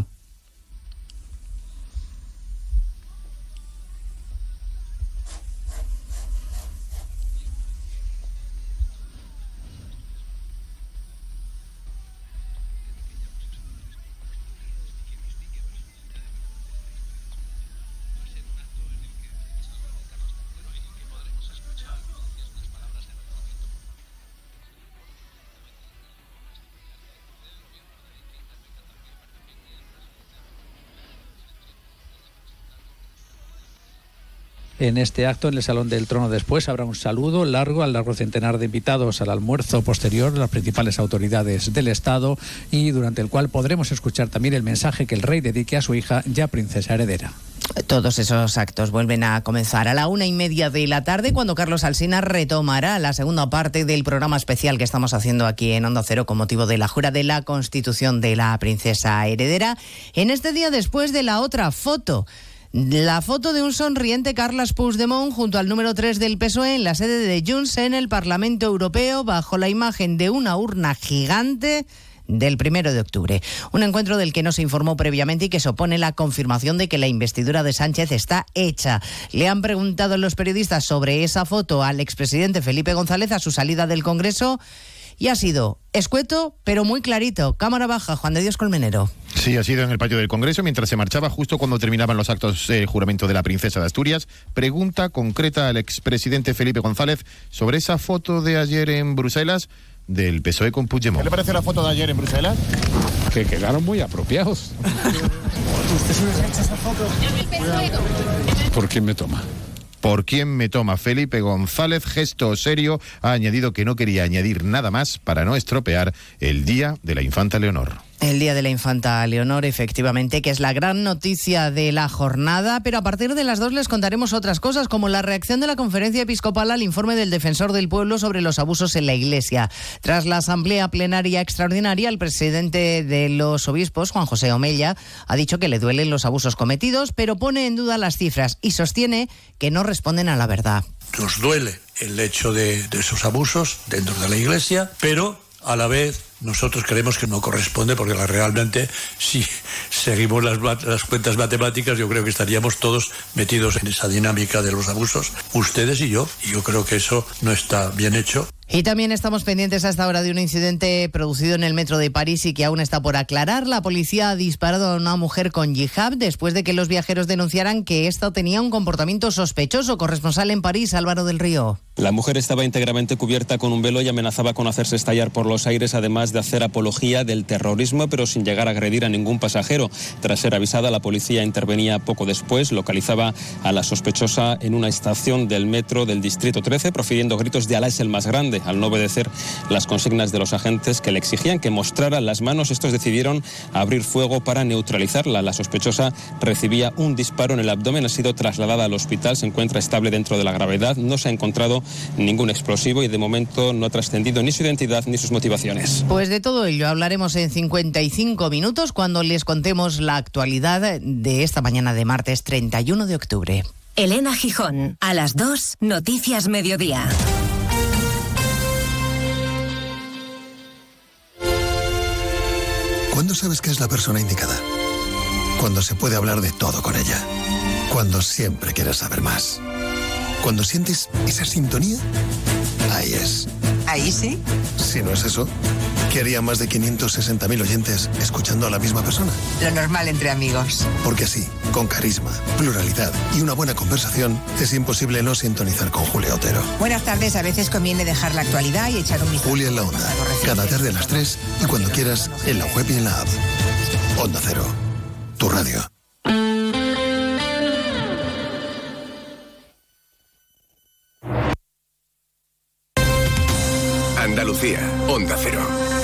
En este acto, en el Salón del Trono, después habrá un saludo largo al largo centenar de invitados al almuerzo posterior de las principales autoridades del Estado, y durante el cual podremos escuchar también el mensaje que el rey dedique a su hija, ya princesa heredera. Todos esos actos vuelven a comenzar a la 1:30 de la tarde, cuando Carlos Alsina retomará la segunda parte del programa especial que estamos haciendo aquí en Onda Cero con motivo de la jura de la Constitución de la princesa heredera. En este día, después de la otra foto, la foto de un sonriente Carles Puigdemont junto al número 3 del PSOE en la sede de Junts en el Parlamento Europeo, bajo la imagen de una urna gigante del 1 de octubre. Un encuentro del que no se informó previamente y que supone la confirmación de que la investidura de Sánchez está hecha. Le han preguntado los periodistas sobre esa foto al expresidente Felipe González a su salida del Congreso, y ha sido escueto, pero muy clarito. Cámara baja, Juan de Dios Colmenero. Sí, ha sido en el patio del Congreso, mientras se marchaba, justo cuando terminaban los actos de juramento de la princesa de Asturias. Pregunta concreta al expresidente Felipe González sobre esa foto de ayer en Bruselas del PSOE con Puigdemont. ¿Qué le parece la foto de ayer en Bruselas? Que quedaron muy apropiados. ¿Usted se hubiese hecho esa foto? ¿Por quién me toma? ¿Por quién me toma? Felipe González, gesto serio, ha añadido que no quería añadir nada más para no estropear el Día de la Infanta Leonor. El Día de la Infanta Leonor, efectivamente, que es la gran noticia de la jornada, pero a partir de las 2 les contaremos otras cosas, como la reacción de la Conferencia Episcopal al informe del Defensor del Pueblo sobre los abusos en la Iglesia. Tras la Asamblea Plenaria Extraordinaria, el presidente de los obispos, Juan José Omella, ha dicho que le duelen los abusos cometidos, pero pone en duda las cifras y sostiene que no responden a la verdad. Nos duele el hecho de esos abusos dentro de la Iglesia, pero a la vez nosotros creemos que no corresponde, porque realmente, si seguimos las cuentas matemáticas, yo creo que estaríamos todos metidos en esa dinámica de los abusos, ustedes y yo creo que eso no está bien hecho. Y también estamos pendientes hasta ahora de un incidente producido en el metro de París y que aún está por aclarar. La policía ha disparado a una mujer con yihad después de que los viajeros denunciaran que ésta tenía un comportamiento sospechoso. Corresponsal en París, Álvaro del Río. La mujer estaba íntegramente cubierta con un velo y amenazaba con hacerse estallar por los aires, además de hacer apología del terrorismo, pero sin llegar a agredir a ningún pasajero. Tras ser avisada, la policía intervenía poco después, localizaba a la sospechosa en una estación del metro del Distrito 13, profiriendo gritos de "Alá es el más grande". Al no obedecer las consignas de los agentes que le exigían que mostrara las manos, estos decidieron abrir fuego para neutralizarla. La sospechosa recibía un disparo en el abdomen, ha sido trasladada al hospital, se encuentra estable dentro de la gravedad, no se ha encontrado ningún explosivo y de momento no ha trascendido ni su identidad ni sus motivaciones. Pues de todo ello hablaremos en 55 minutos cuando les contemos la actualidad de esta mañana de martes 31 de octubre. Elena Gijón, a las 2, Noticias Mediodía. ¿Cuándo sabes que es la persona indicada? Cuando se puede hablar de todo con ella. Cuando siempre quieres saber más. Cuando sientes esa sintonía, ahí es. ¿Ahí sí? Si no es eso, ¿qué haría más de 560.000 oyentes escuchando a la misma persona? Lo normal entre amigos. Porque así, con carisma, pluralidad y una buena conversación, es imposible no sintonizar con Julia Otero. Buenas tardes, a veces conviene dejar la actualidad y echar un vistazo. Julia en la Onda, cada tarde a las 3 y cuando quieras, en la web y en la app. Onda Cero, tu radio. Andalucía, Onda Cero.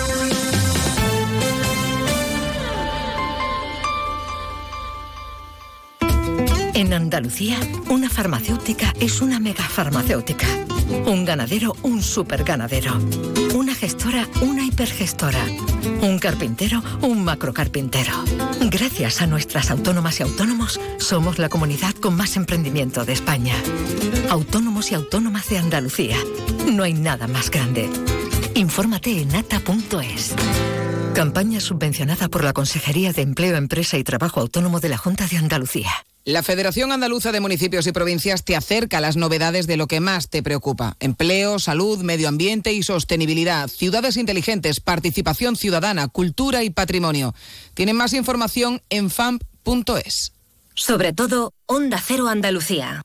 En Andalucía, una farmacéutica es una megafarmacéutica. Un ganadero, un superganadero. Una gestora, una hipergestora. Un carpintero, un macrocarpintero. Gracias a nuestras autónomas y autónomos, somos la comunidad con más emprendimiento de España. Autónomos y autónomas de Andalucía. No hay nada más grande. Infórmate en ata.es. Campaña subvencionada por la Consejería de Empleo, Empresa y Trabajo Autónomo de la Junta de Andalucía. La Federación Andaluza de Municipios y Provincias te acerca a las novedades de lo que más te preocupa. Empleo, salud, medio ambiente y sostenibilidad, ciudades inteligentes, participación ciudadana, cultura y patrimonio. Tienen más información en famp.es. Sobre todo, Onda Cero Andalucía.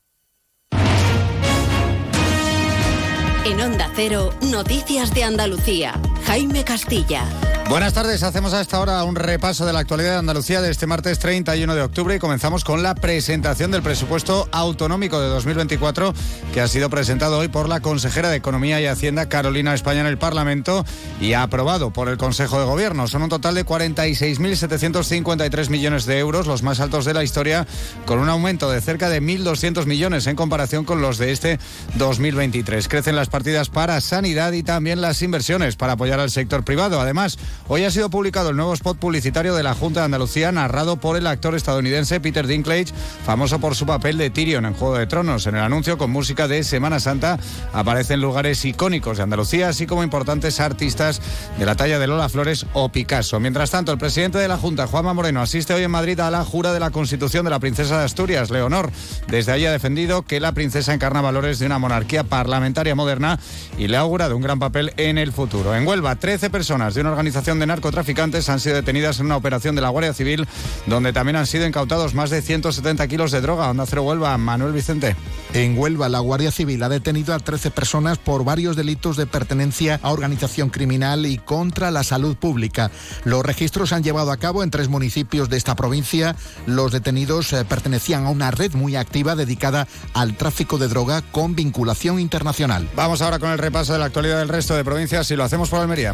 En Onda Cero, Noticias de Andalucía. Jaime Castilla. Buenas tardes, hacemos a esta hora un repaso de la actualidad de Andalucía de este martes 31 de octubre y comenzamos con la presentación del presupuesto autonómico de 2024 que ha sido presentado hoy por la consejera de Economía y Hacienda Carolina España en el Parlamento y aprobado por el Consejo de Gobierno. Son un total de 46.753 millones de euros, los más altos de la historia, con un aumento de cerca de 1.200 millones en comparación con los de este 2023. Crecen las partidas para sanidad y también las inversiones para apoyar al sector privado. Además, hoy ha sido publicado el nuevo spot publicitario de la Junta de Andalucía, narrado por el actor estadounidense Peter Dinklage, famoso por su papel de Tyrion en Juego de Tronos. En el anuncio, con música de Semana Santa, aparecen lugares icónicos de Andalucía, así como importantes artistas de la talla de Lola Flores o Picasso. Mientras tanto, el presidente de la Junta, Juanma Moreno, asiste hoy en Madrid a la jura de la Constitución de la princesa de Asturias, Leonor. Desde allí ha defendido que la princesa encarna valores de una monarquía parlamentaria moderna y le ha augurado un gran papel en el futuro. En Huelva, 13 personas de una organización de narcotraficantes han sido detenidas en una operación de la Guardia Civil, donde también han sido incautados más de 170 kilos de droga. Onda Cero Huelva, Manuel Vicente. En Huelva, la Guardia Civil ha detenido a 13 personas por varios delitos de pertenencia a organización criminal y contra la salud pública. Los registros se han llevado a cabo en 3 municipios de esta provincia. Los detenidos pertenecían a una red muy activa dedicada al tráfico de droga con vinculación internacional. Vamos ahora con el repaso de la actualidad del resto de provincias y lo hacemos por Almería.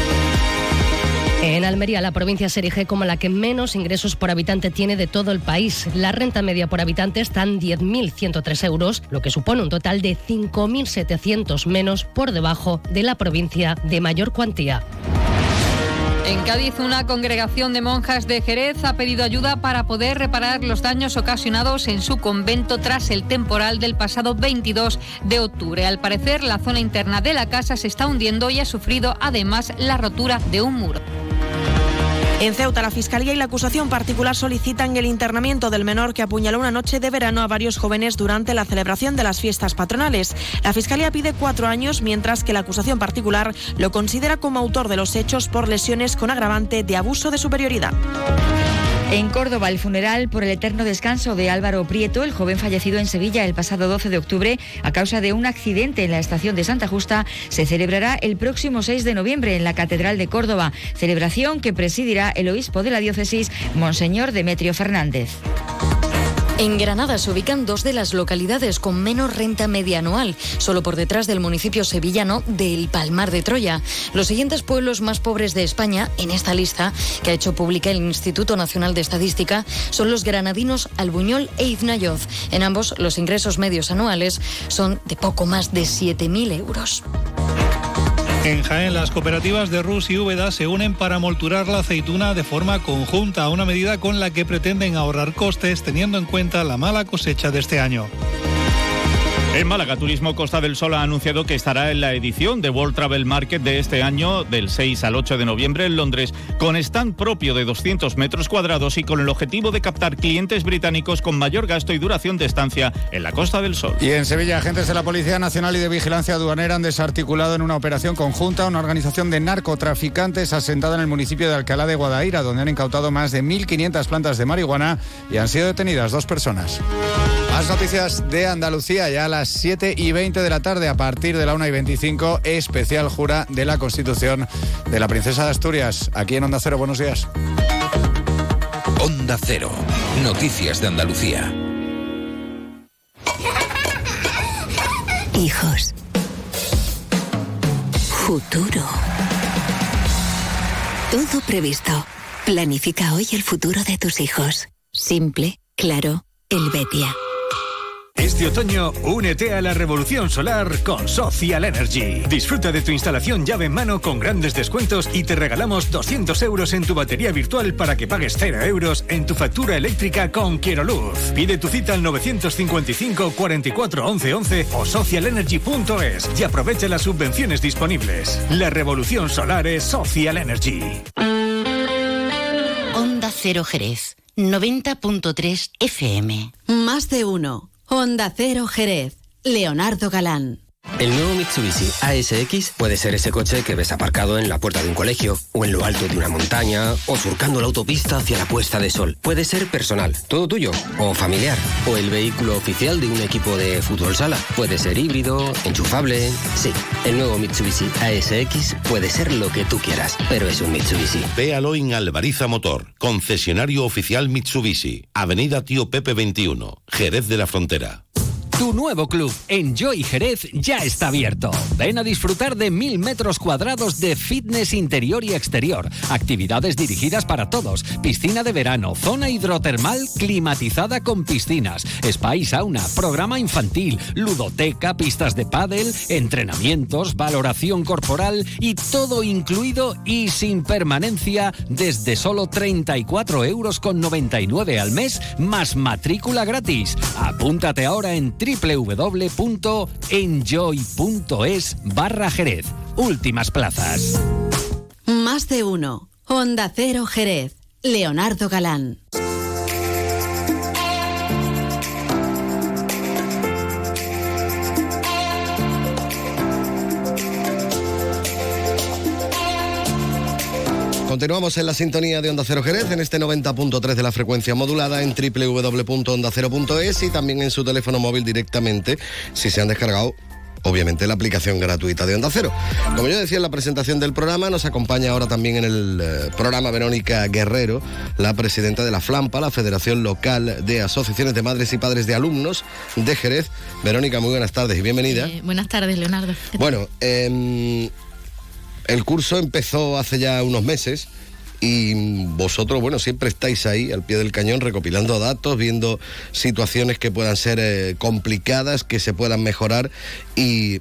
En Almería, la provincia se erige como la que menos ingresos por habitante tiene de todo el país. La renta media por habitante está en 10.103 euros, lo que supone un total de 5.700 menos por debajo de la provincia de mayor cuantía. En Cádiz, una congregación de monjas de Jerez ha pedido ayuda para poder reparar los daños ocasionados en su convento tras el temporal del pasado 22 de octubre. Al parecer, la zona interna de la casa se está hundiendo y ha sufrido además la rotura de un muro. En Ceuta, la Fiscalía y la acusación particular solicitan el internamiento del menor que apuñaló una noche de verano a varios jóvenes durante la celebración de las fiestas patronales. La Fiscalía pide 4 años, mientras que la acusación particular lo considera como autor de los hechos por lesiones con agravante de abuso de superioridad. En Córdoba, el funeral por el eterno descanso de Álvaro Prieto, el joven fallecido en Sevilla el pasado 12 de octubre a causa de un accidente en la estación de Santa Justa, se celebrará el próximo 6 de noviembre en la Catedral de Córdoba, celebración que presidirá el obispo de la diócesis, Monseñor Demetrio Fernández. En Granada se ubican 2 de las localidades con menos renta media anual, solo por detrás del municipio sevillano de El Palmar de Troya. Los siguientes pueblos más pobres de España, en esta lista, que ha hecho pública el Instituto Nacional de Estadística, son los granadinos Albuñol e Iznayoz. En ambos, los ingresos medios anuales son de poco más de 7.000 euros. En Jaén, las cooperativas de Rus y Úbeda se unen para molturar la aceituna de forma conjunta, una medida con la que pretenden ahorrar costes teniendo en cuenta la mala cosecha de este año. En Málaga, Turismo Costa del Sol ha anunciado que estará en la edición de World Travel Market de este año, del 6 al 8 de noviembre en Londres, con stand propio de 200 metros cuadrados y con el objetivo de captar clientes británicos con mayor gasto y duración de estancia en la Costa del Sol. Y en Sevilla, agentes de la Policía Nacional y de Vigilancia Aduanera han desarticulado en una operación conjunta una organización de narcotraficantes asentada en el municipio de Alcalá de Guadaira, donde han incautado más de 1.500 plantas de marihuana y han sido detenidas 2 personas. Más noticias de Andalucía, ya a las 7:20 de la tarde, a partir de la 1:25, especial jura de la Constitución de la Princesa de Asturias. Aquí en Onda Cero, buenos días. Onda Cero, noticias de Andalucía. Hijos. Futuro. Todo previsto. Planifica hoy el futuro de tus hijos. Simple, claro, Helvetia. Este otoño, únete a la revolución solar con Social Energy. Disfruta de tu instalación llave en mano con grandes descuentos y te regalamos 200 euros en tu batería virtual para que pagues 0 euros en tu factura eléctrica con Quieroluz. Pide tu cita al 955 44 11 11 o socialenergy.es y aprovecha las subvenciones disponibles. La revolución solar es Social Energy. Onda Cero Jerez, 90.3 FM. Más de uno. Onda Cero Jerez. Leonardo Galán. El nuevo Mitsubishi ASX puede ser ese coche que ves aparcado en la puerta de un colegio, o en lo alto de una montaña, o surcando la autopista hacia la puesta de sol. Puede ser personal, todo tuyo, o familiar, o el vehículo oficial de un equipo de fútbol sala. Puede ser híbrido, enchufable. Sí, el nuevo Mitsubishi ASX puede ser lo que tú quieras, pero es un Mitsubishi. Véalo en Alvariza Motor, concesionario oficial Mitsubishi, Avenida Tío Pepe 21, Jerez de la Frontera. Tu nuevo club, Enjoy Jerez, ya está abierto. Ven a disfrutar de 1000 metros cuadrados de fitness interior y exterior. Actividades dirigidas para todos. Piscina de verano, zona hidrotermal climatizada con piscinas, spa y sauna, programa infantil, ludoteca, pistas de pádel, entrenamientos, valoración corporal y todo incluido y sin permanencia desde solo 34,99 € al mes más matrícula gratis. Apúntate ahora en www.enjoy.es/Jerez. Últimas plazas. Más de uno. Onda Cero Jerez. Leonardo Galán. Continuamos en la sintonía de Onda Cero Jerez, en este 90.3 de la frecuencia modulada, en www.ondacero.es y también en su teléfono móvil directamente, si se han descargado, obviamente, la aplicación gratuita de Onda Cero. Como yo decía en la presentación del programa, nos acompaña ahora también en el programa Verónica Guerrero, la presidenta de la FLAMPA, la Federación Local de Asociaciones de Madres y Padres de Alumnos de Jerez. Verónica, muy buenas tardes y bienvenida. Buenas tardes, Leonardo. Bueno, el curso empezó hace ya unos meses y vosotros, bueno, siempre estáis ahí al pie del cañón recopilando datos, viendo situaciones que puedan ser complicadas, que se puedan mejorar y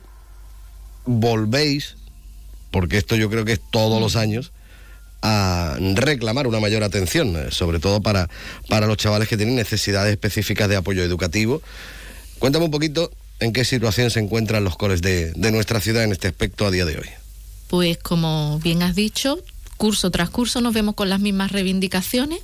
volvéis, porque esto yo creo que es todos los años, a reclamar una mayor atención, sobre todo para los chavales que tienen necesidades específicas de apoyo educativo. Cuéntame un poquito en qué situación se encuentran los coles de nuestra ciudad en este aspecto a día de hoy. Pues como bien has dicho, curso tras curso nos vemos con las mismas reivindicaciones,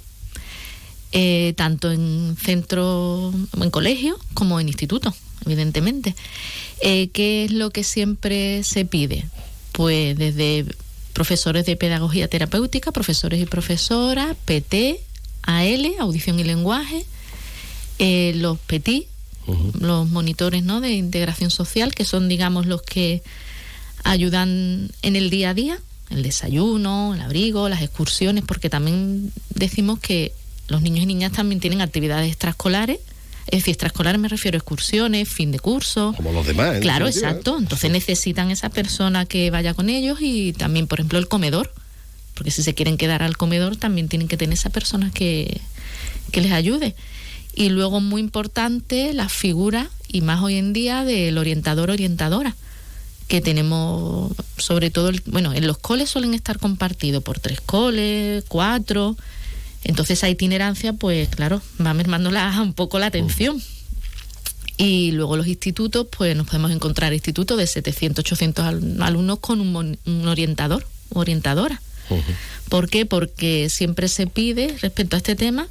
tanto en centro, en colegio, como en instituto, evidentemente. ¿Qué es lo que siempre se pide? Pues desde profesores de pedagogía terapéutica, profesores y profesoras, PT, AL, audición y lenguaje, los PETI, los monitores, ¿no?, de integración social, que son, digamos, los que ayudan en el día a día, el desayuno, el abrigo, las excursiones, porque también decimos que los niños y niñas también tienen actividades extraescolares, es decir, extraescolares me refiero a excursiones, fin de curso. Como los demás. Claro, exacto. Entonces necesitan esa persona que vaya con ellos y también, por ejemplo, el comedor, porque si se quieren quedar al comedor también tienen que tener esa persona que les ayude. Y luego, muy importante, la figura, y más hoy en día, del orientador-orientadora, que tenemos, sobre todo, en los coles suelen estar compartidos por 3 coles, 4, entonces esa itinerancia, pues claro, va mermando un poco la atención. Y luego los institutos, pues nos podemos encontrar institutos de 700, 800 alumnos con un orientador o orientadora. ¿Por qué? Porque siempre se pide, respecto a este tema,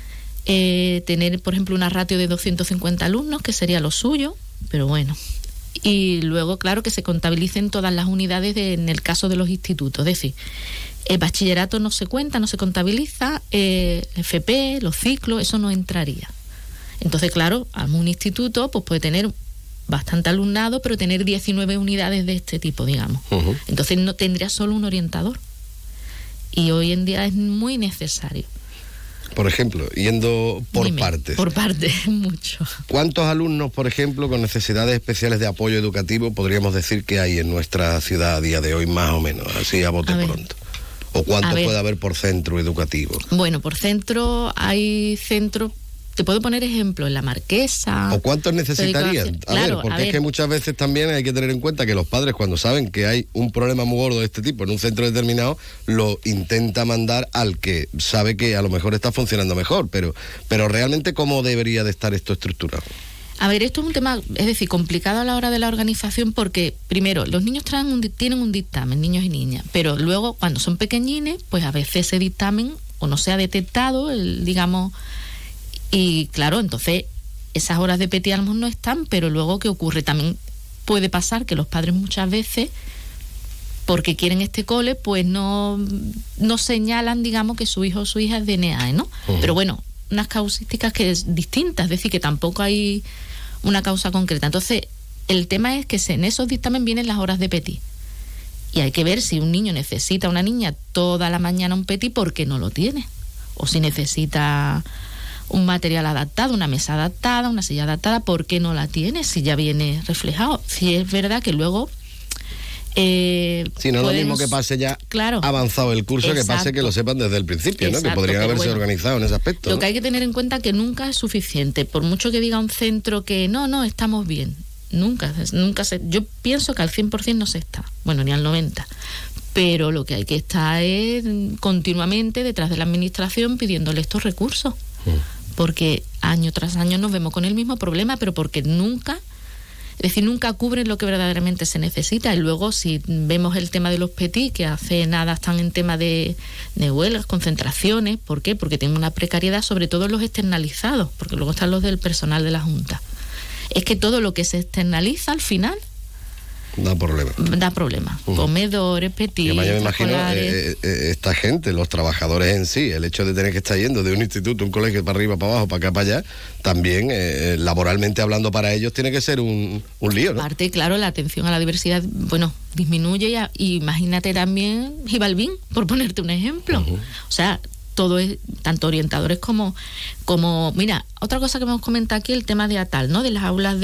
tener, por ejemplo, una ratio de 250 alumnos, que sería lo suyo, pero bueno. Y luego, claro, que se contabilicen todas las unidades en el caso de los institutos. Es decir, el bachillerato no se cuenta, no se contabiliza, el FP, los ciclos, eso no entraría. Entonces, claro, un instituto pues puede tener bastante alumnado, pero tener 19 unidades de este tipo, digamos. Entonces no tendría solo un orientador. Y hoy en día es muy necesario. Por ejemplo, yendo por partes. Por partes, mucho. ¿Cuántos alumnos, por ejemplo, con necesidades especiales de apoyo educativo podríamos decir que hay en nuestra ciudad a día de hoy, más o menos, así a bote pronto? ¿O cuánto puede haber por centro educativo? Bueno, por centro hay centros, te puedo poner ejemplo, en La Marquesa. ¿O cuántos necesitarían? Es que muchas veces también hay que tener en cuenta que los padres, cuando saben que hay un problema muy gordo de este tipo en un centro determinado, lo intenta mandar al que sabe que a lo mejor está funcionando mejor, pero realmente ¿cómo debería de estar esto estructurado? A ver, esto es un tema, es decir, complicado a la hora de la organización porque, primero, los niños tienen un dictamen, niños y niñas, pero luego, cuando son pequeñines, pues a veces ese dictamen o no se ha detectado, y claro, entonces esas horas de PETI a lo mejor no están, pero luego ¿qué ocurre? También puede pasar que los padres muchas veces, porque quieren este cole, pues no señalan, digamos, que su hijo o su hija es de NEAE, ¿no? Pero bueno, unas causísticas que es distintas, es decir, que tampoco hay una causa concreta. Entonces, el tema es que en esos dictámenes vienen las horas de PETI. Y hay que ver si un niño necesita, una niña, toda la mañana un PETI porque no lo tiene. O si necesita un material adaptado, una mesa adaptada, una silla adaptada, ¿por qué no la tiene? Si ya viene reflejado. Si es verdad que luego... si no, lo mismo que pase ya avanzado el curso, que pase que lo sepan desde el principio, ¿no? Que podrían haberse organizado en ese aspecto. Lo que hay que tener en cuenta que nunca es suficiente. Por mucho que diga un centro que no, estamos bien. Nunca yo pienso que al 100% no se está. Bueno, ni al 90%. Pero lo que hay que estar es continuamente detrás de la administración pidiéndole estos recursos. Porque año tras año nos vemos con el mismo problema, pero porque nunca cubren lo que verdaderamente se necesita. Y luego, si vemos el tema de los PETI, que hace nada están en tema de huelgas, concentraciones. ¿Por qué? Porque tienen una precariedad, sobre todo los externalizados, porque luego están los del personal de la Junta. Es que todo lo que se externaliza al final da problemas. Comedores, PETI, yo me imagino esta gente, los trabajadores en sí, el hecho de tener que estar yendo de un instituto, un colegio para arriba, para abajo, para acá, para allá, también laboralmente hablando para ellos tiene que ser un lío, ¿no? Aparte, claro, la atención a la diversidad, disminuye y imagínate también Gibalbín, por ponerte un ejemplo. O sea, todo es, tanto orientadores como mira, otra cosa que hemos comentado aquí, el tema de ATAL, ¿no? De las aulas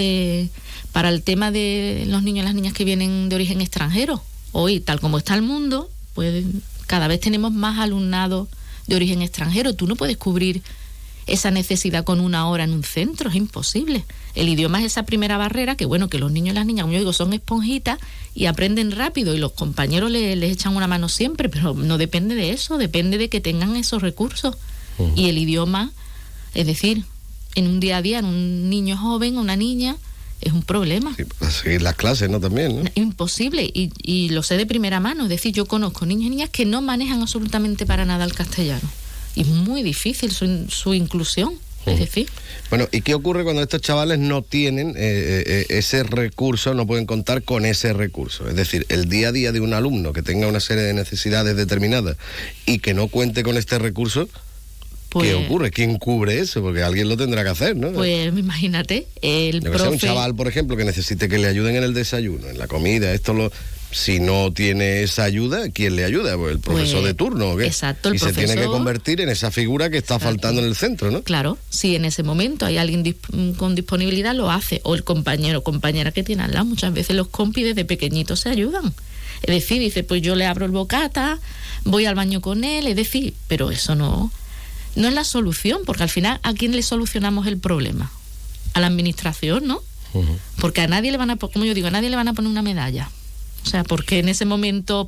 para el tema de los niños y las niñas que vienen de origen extranjero. Hoy, tal como está el mundo, pues cada vez tenemos más alumnado de origen extranjero. Tú no puedes cubrir esa necesidad con una hora en un centro, es imposible. El idioma es esa primera barrera que los niños y las niñas, como yo digo, son esponjitas y aprenden rápido y los compañeros les echan una mano siempre, pero no depende de eso, depende de que tengan esos recursos. Y el idioma, es decir, en un día a día, en un niño joven, una niña, es un problema. Sí, seguir las clases, ¿no? También, ¿no? Imposible, y lo sé de primera mano, es decir, yo conozco niños y niñas que no manejan absolutamente para nada el castellano. Y es muy difícil su inclusión, es decir. Bueno, ¿y qué ocurre cuando estos chavales no tienen ese recurso, no pueden contar con ese recurso? Es decir, el día a día de un alumno que tenga una serie de necesidades determinadas y que no cuente con este recurso, ¿qué ocurre? ¿Quién cubre eso? Porque alguien lo tendrá que hacer, ¿no? Pues imagínate, un chaval, por ejemplo, que necesite que le ayuden en el desayuno, en la comida, si no tiene esa ayuda, ¿quién le ayuda? Pues el profesor de turno, ¿o qué? Exacto, el profesor. Y se tiene que convertir en esa figura que está faltando en el centro, ¿no? Claro, si en ese momento hay alguien con disponibilidad, lo hace. O el compañero o compañera que tiene al lado. Muchas veces los compis desde pequeñitos se ayudan. Es decir, dice, pues yo le abro el bocata, voy al baño con él, es decir, pero eso no es la solución, porque al final, ¿a quién le solucionamos el problema? A la administración, ¿no? Porque a nadie le van a poner una medalla. O sea, porque en ese momento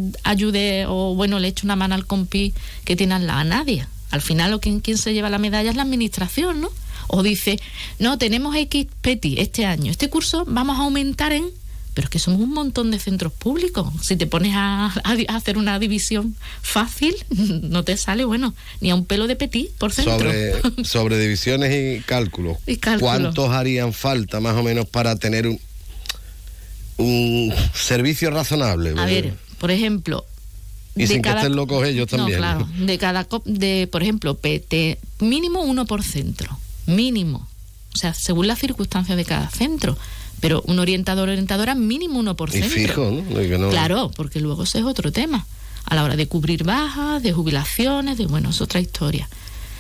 ayude o le eche una mano al compi que tiene al lado, a nadie. Al final, quien se lleva la medalla es la administración, ¿no? O dice, no, tenemos X PETI este año, este curso vamos a aumentar en... Pero es que somos un montón de centros públicos. Si te pones a hacer una división fácil, no te sale, ni a un pelo de PETI por centro. Sobre divisiones y cálculos. ¿Cuántos harían falta más o menos para tener un servicio razonable? A ver, por ejemplo... Y sin que estén locos ellos también. No, claro. Por ejemplo, PT, mínimo 1 por centro. Mínimo. O sea, según las circunstancias de cada centro. Pero un orientador o orientadora, mínimo 1 por centro. Y fijo, ¿no? Claro, porque luego ese es otro tema. A la hora de cubrir bajas, de jubilaciones, es otra historia.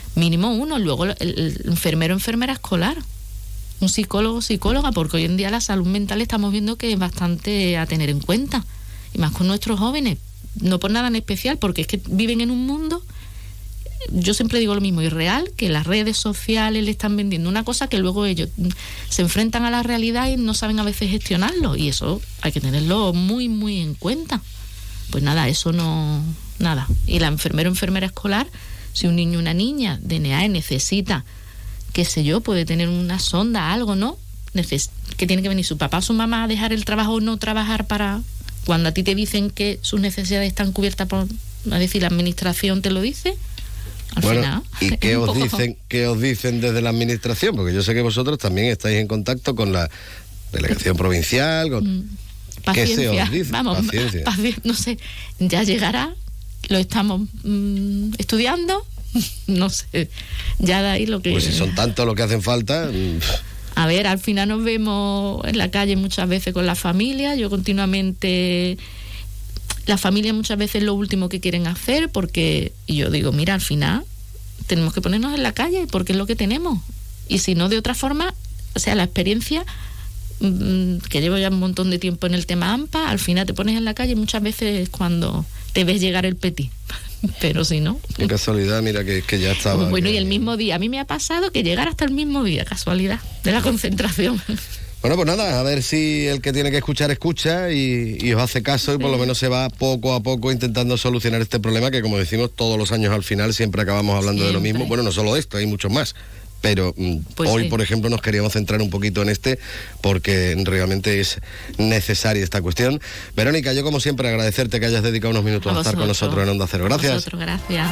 Mínimo uno. Luego el enfermero, enfermera escolar. Un psicólogo, psicóloga, porque hoy en día la salud mental estamos viendo que es bastante a tener en cuenta. Y más con nuestros jóvenes. No por nada en especial, porque es que viven en un mundo, yo siempre digo lo mismo, irreal, que las redes sociales le están vendiendo una cosa que luego ellos se enfrentan a la realidad y no saben a veces gestionarlo. Y eso hay que tenerlo muy, muy en cuenta. Pues nada, eso no... Nada. Y la enfermera escolar, si un niño o una niña de NEAE necesita, qué sé yo, puede tener una sonda, algo, ¿no? Que tiene que venir su papá o su mamá a dejar el trabajo o no trabajar para... Cuando a ti te dicen que sus necesidades están cubiertas por... Es decir, la administración te lo dice, al final... ¿Y qué os dicen desde la administración? Porque yo sé que vosotros también estáis en contacto con la delegación provincial, con... Paciencia. ¿Qué se os dice? Vamos, no sé, ya llegará, lo estamos estudiando... No sé, ya de ahí lo que... Pues si son tantos los que hacen falta... A ver, al final nos vemos en la calle muchas veces con la familia. Yo continuamente... La familia muchas veces es lo último que quieren hacer, porque... Y yo digo, mira, al final tenemos que ponernos en la calle porque es lo que tenemos. Y si no, de otra forma, o sea, la experiencia... que llevo ya un montón de tiempo en el tema AMPA, al final te pones en la calle muchas veces cuando te ves llegar el petit. Pero si no... Qué casualidad, mira que ya estaba... Bueno, y el mismo día, a mí me ha pasado que llegar hasta el mismo día, casualidad, de la concentración. Bueno, pues nada, a ver si el que tiene que escuchar, escucha y os hace caso y por lo menos se va poco a poco intentando solucionar este problema que, como decimos, todos los años al final siempre acabamos hablando de lo mismo. Bueno, no solo esto, hay muchos más. Pero pues hoy, por ejemplo, nos queríamos centrar un poquito en este porque realmente es necesaria esta cuestión. Verónica, yo como siempre agradecerte que hayas dedicado unos minutos a estar con nosotros en Onda Cero. Gracias. A vosotros, gracias.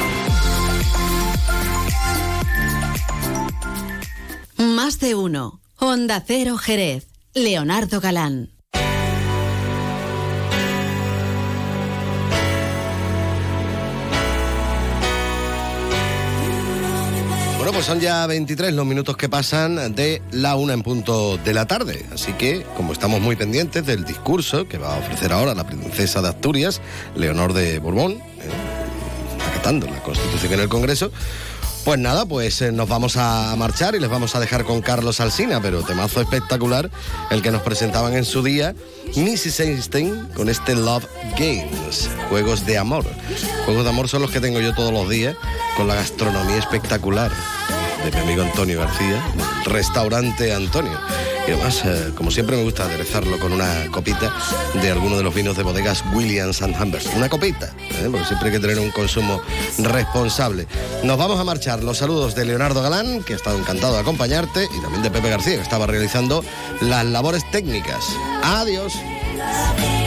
Más de uno. Onda Cero Jerez. Leonardo Galán. Bueno, pues son ya 23 los minutos que pasan de la 1 en punto de la tarde. Así que, como estamos muy pendientes del discurso que va a ofrecer ahora la princesa de Asturias, Leonor de Borbón, acatando la Constitución en el Congreso, pues nada, pues nos vamos a marchar y les vamos a dejar con Carlos Alsina, pero temazo espectacular el que nos presentaban en su día Mrs. Einstein con este Love Games, juegos de amor. Juegos de amor son los que tengo yo todos los días con la gastronomía espectacular de mi amigo Antonio García, restaurante Antonio. Y además, como siempre, me gusta aderezarlo con una copita de alguno de los vinos de bodegas Williams & Humbert. Una copita, porque siempre hay que tener un consumo responsable. Nos vamos a marchar. Los saludos de Leonardo Galán, que ha estado encantado de acompañarte, y también de Pepe García, que estaba realizando las labores técnicas. Adiós.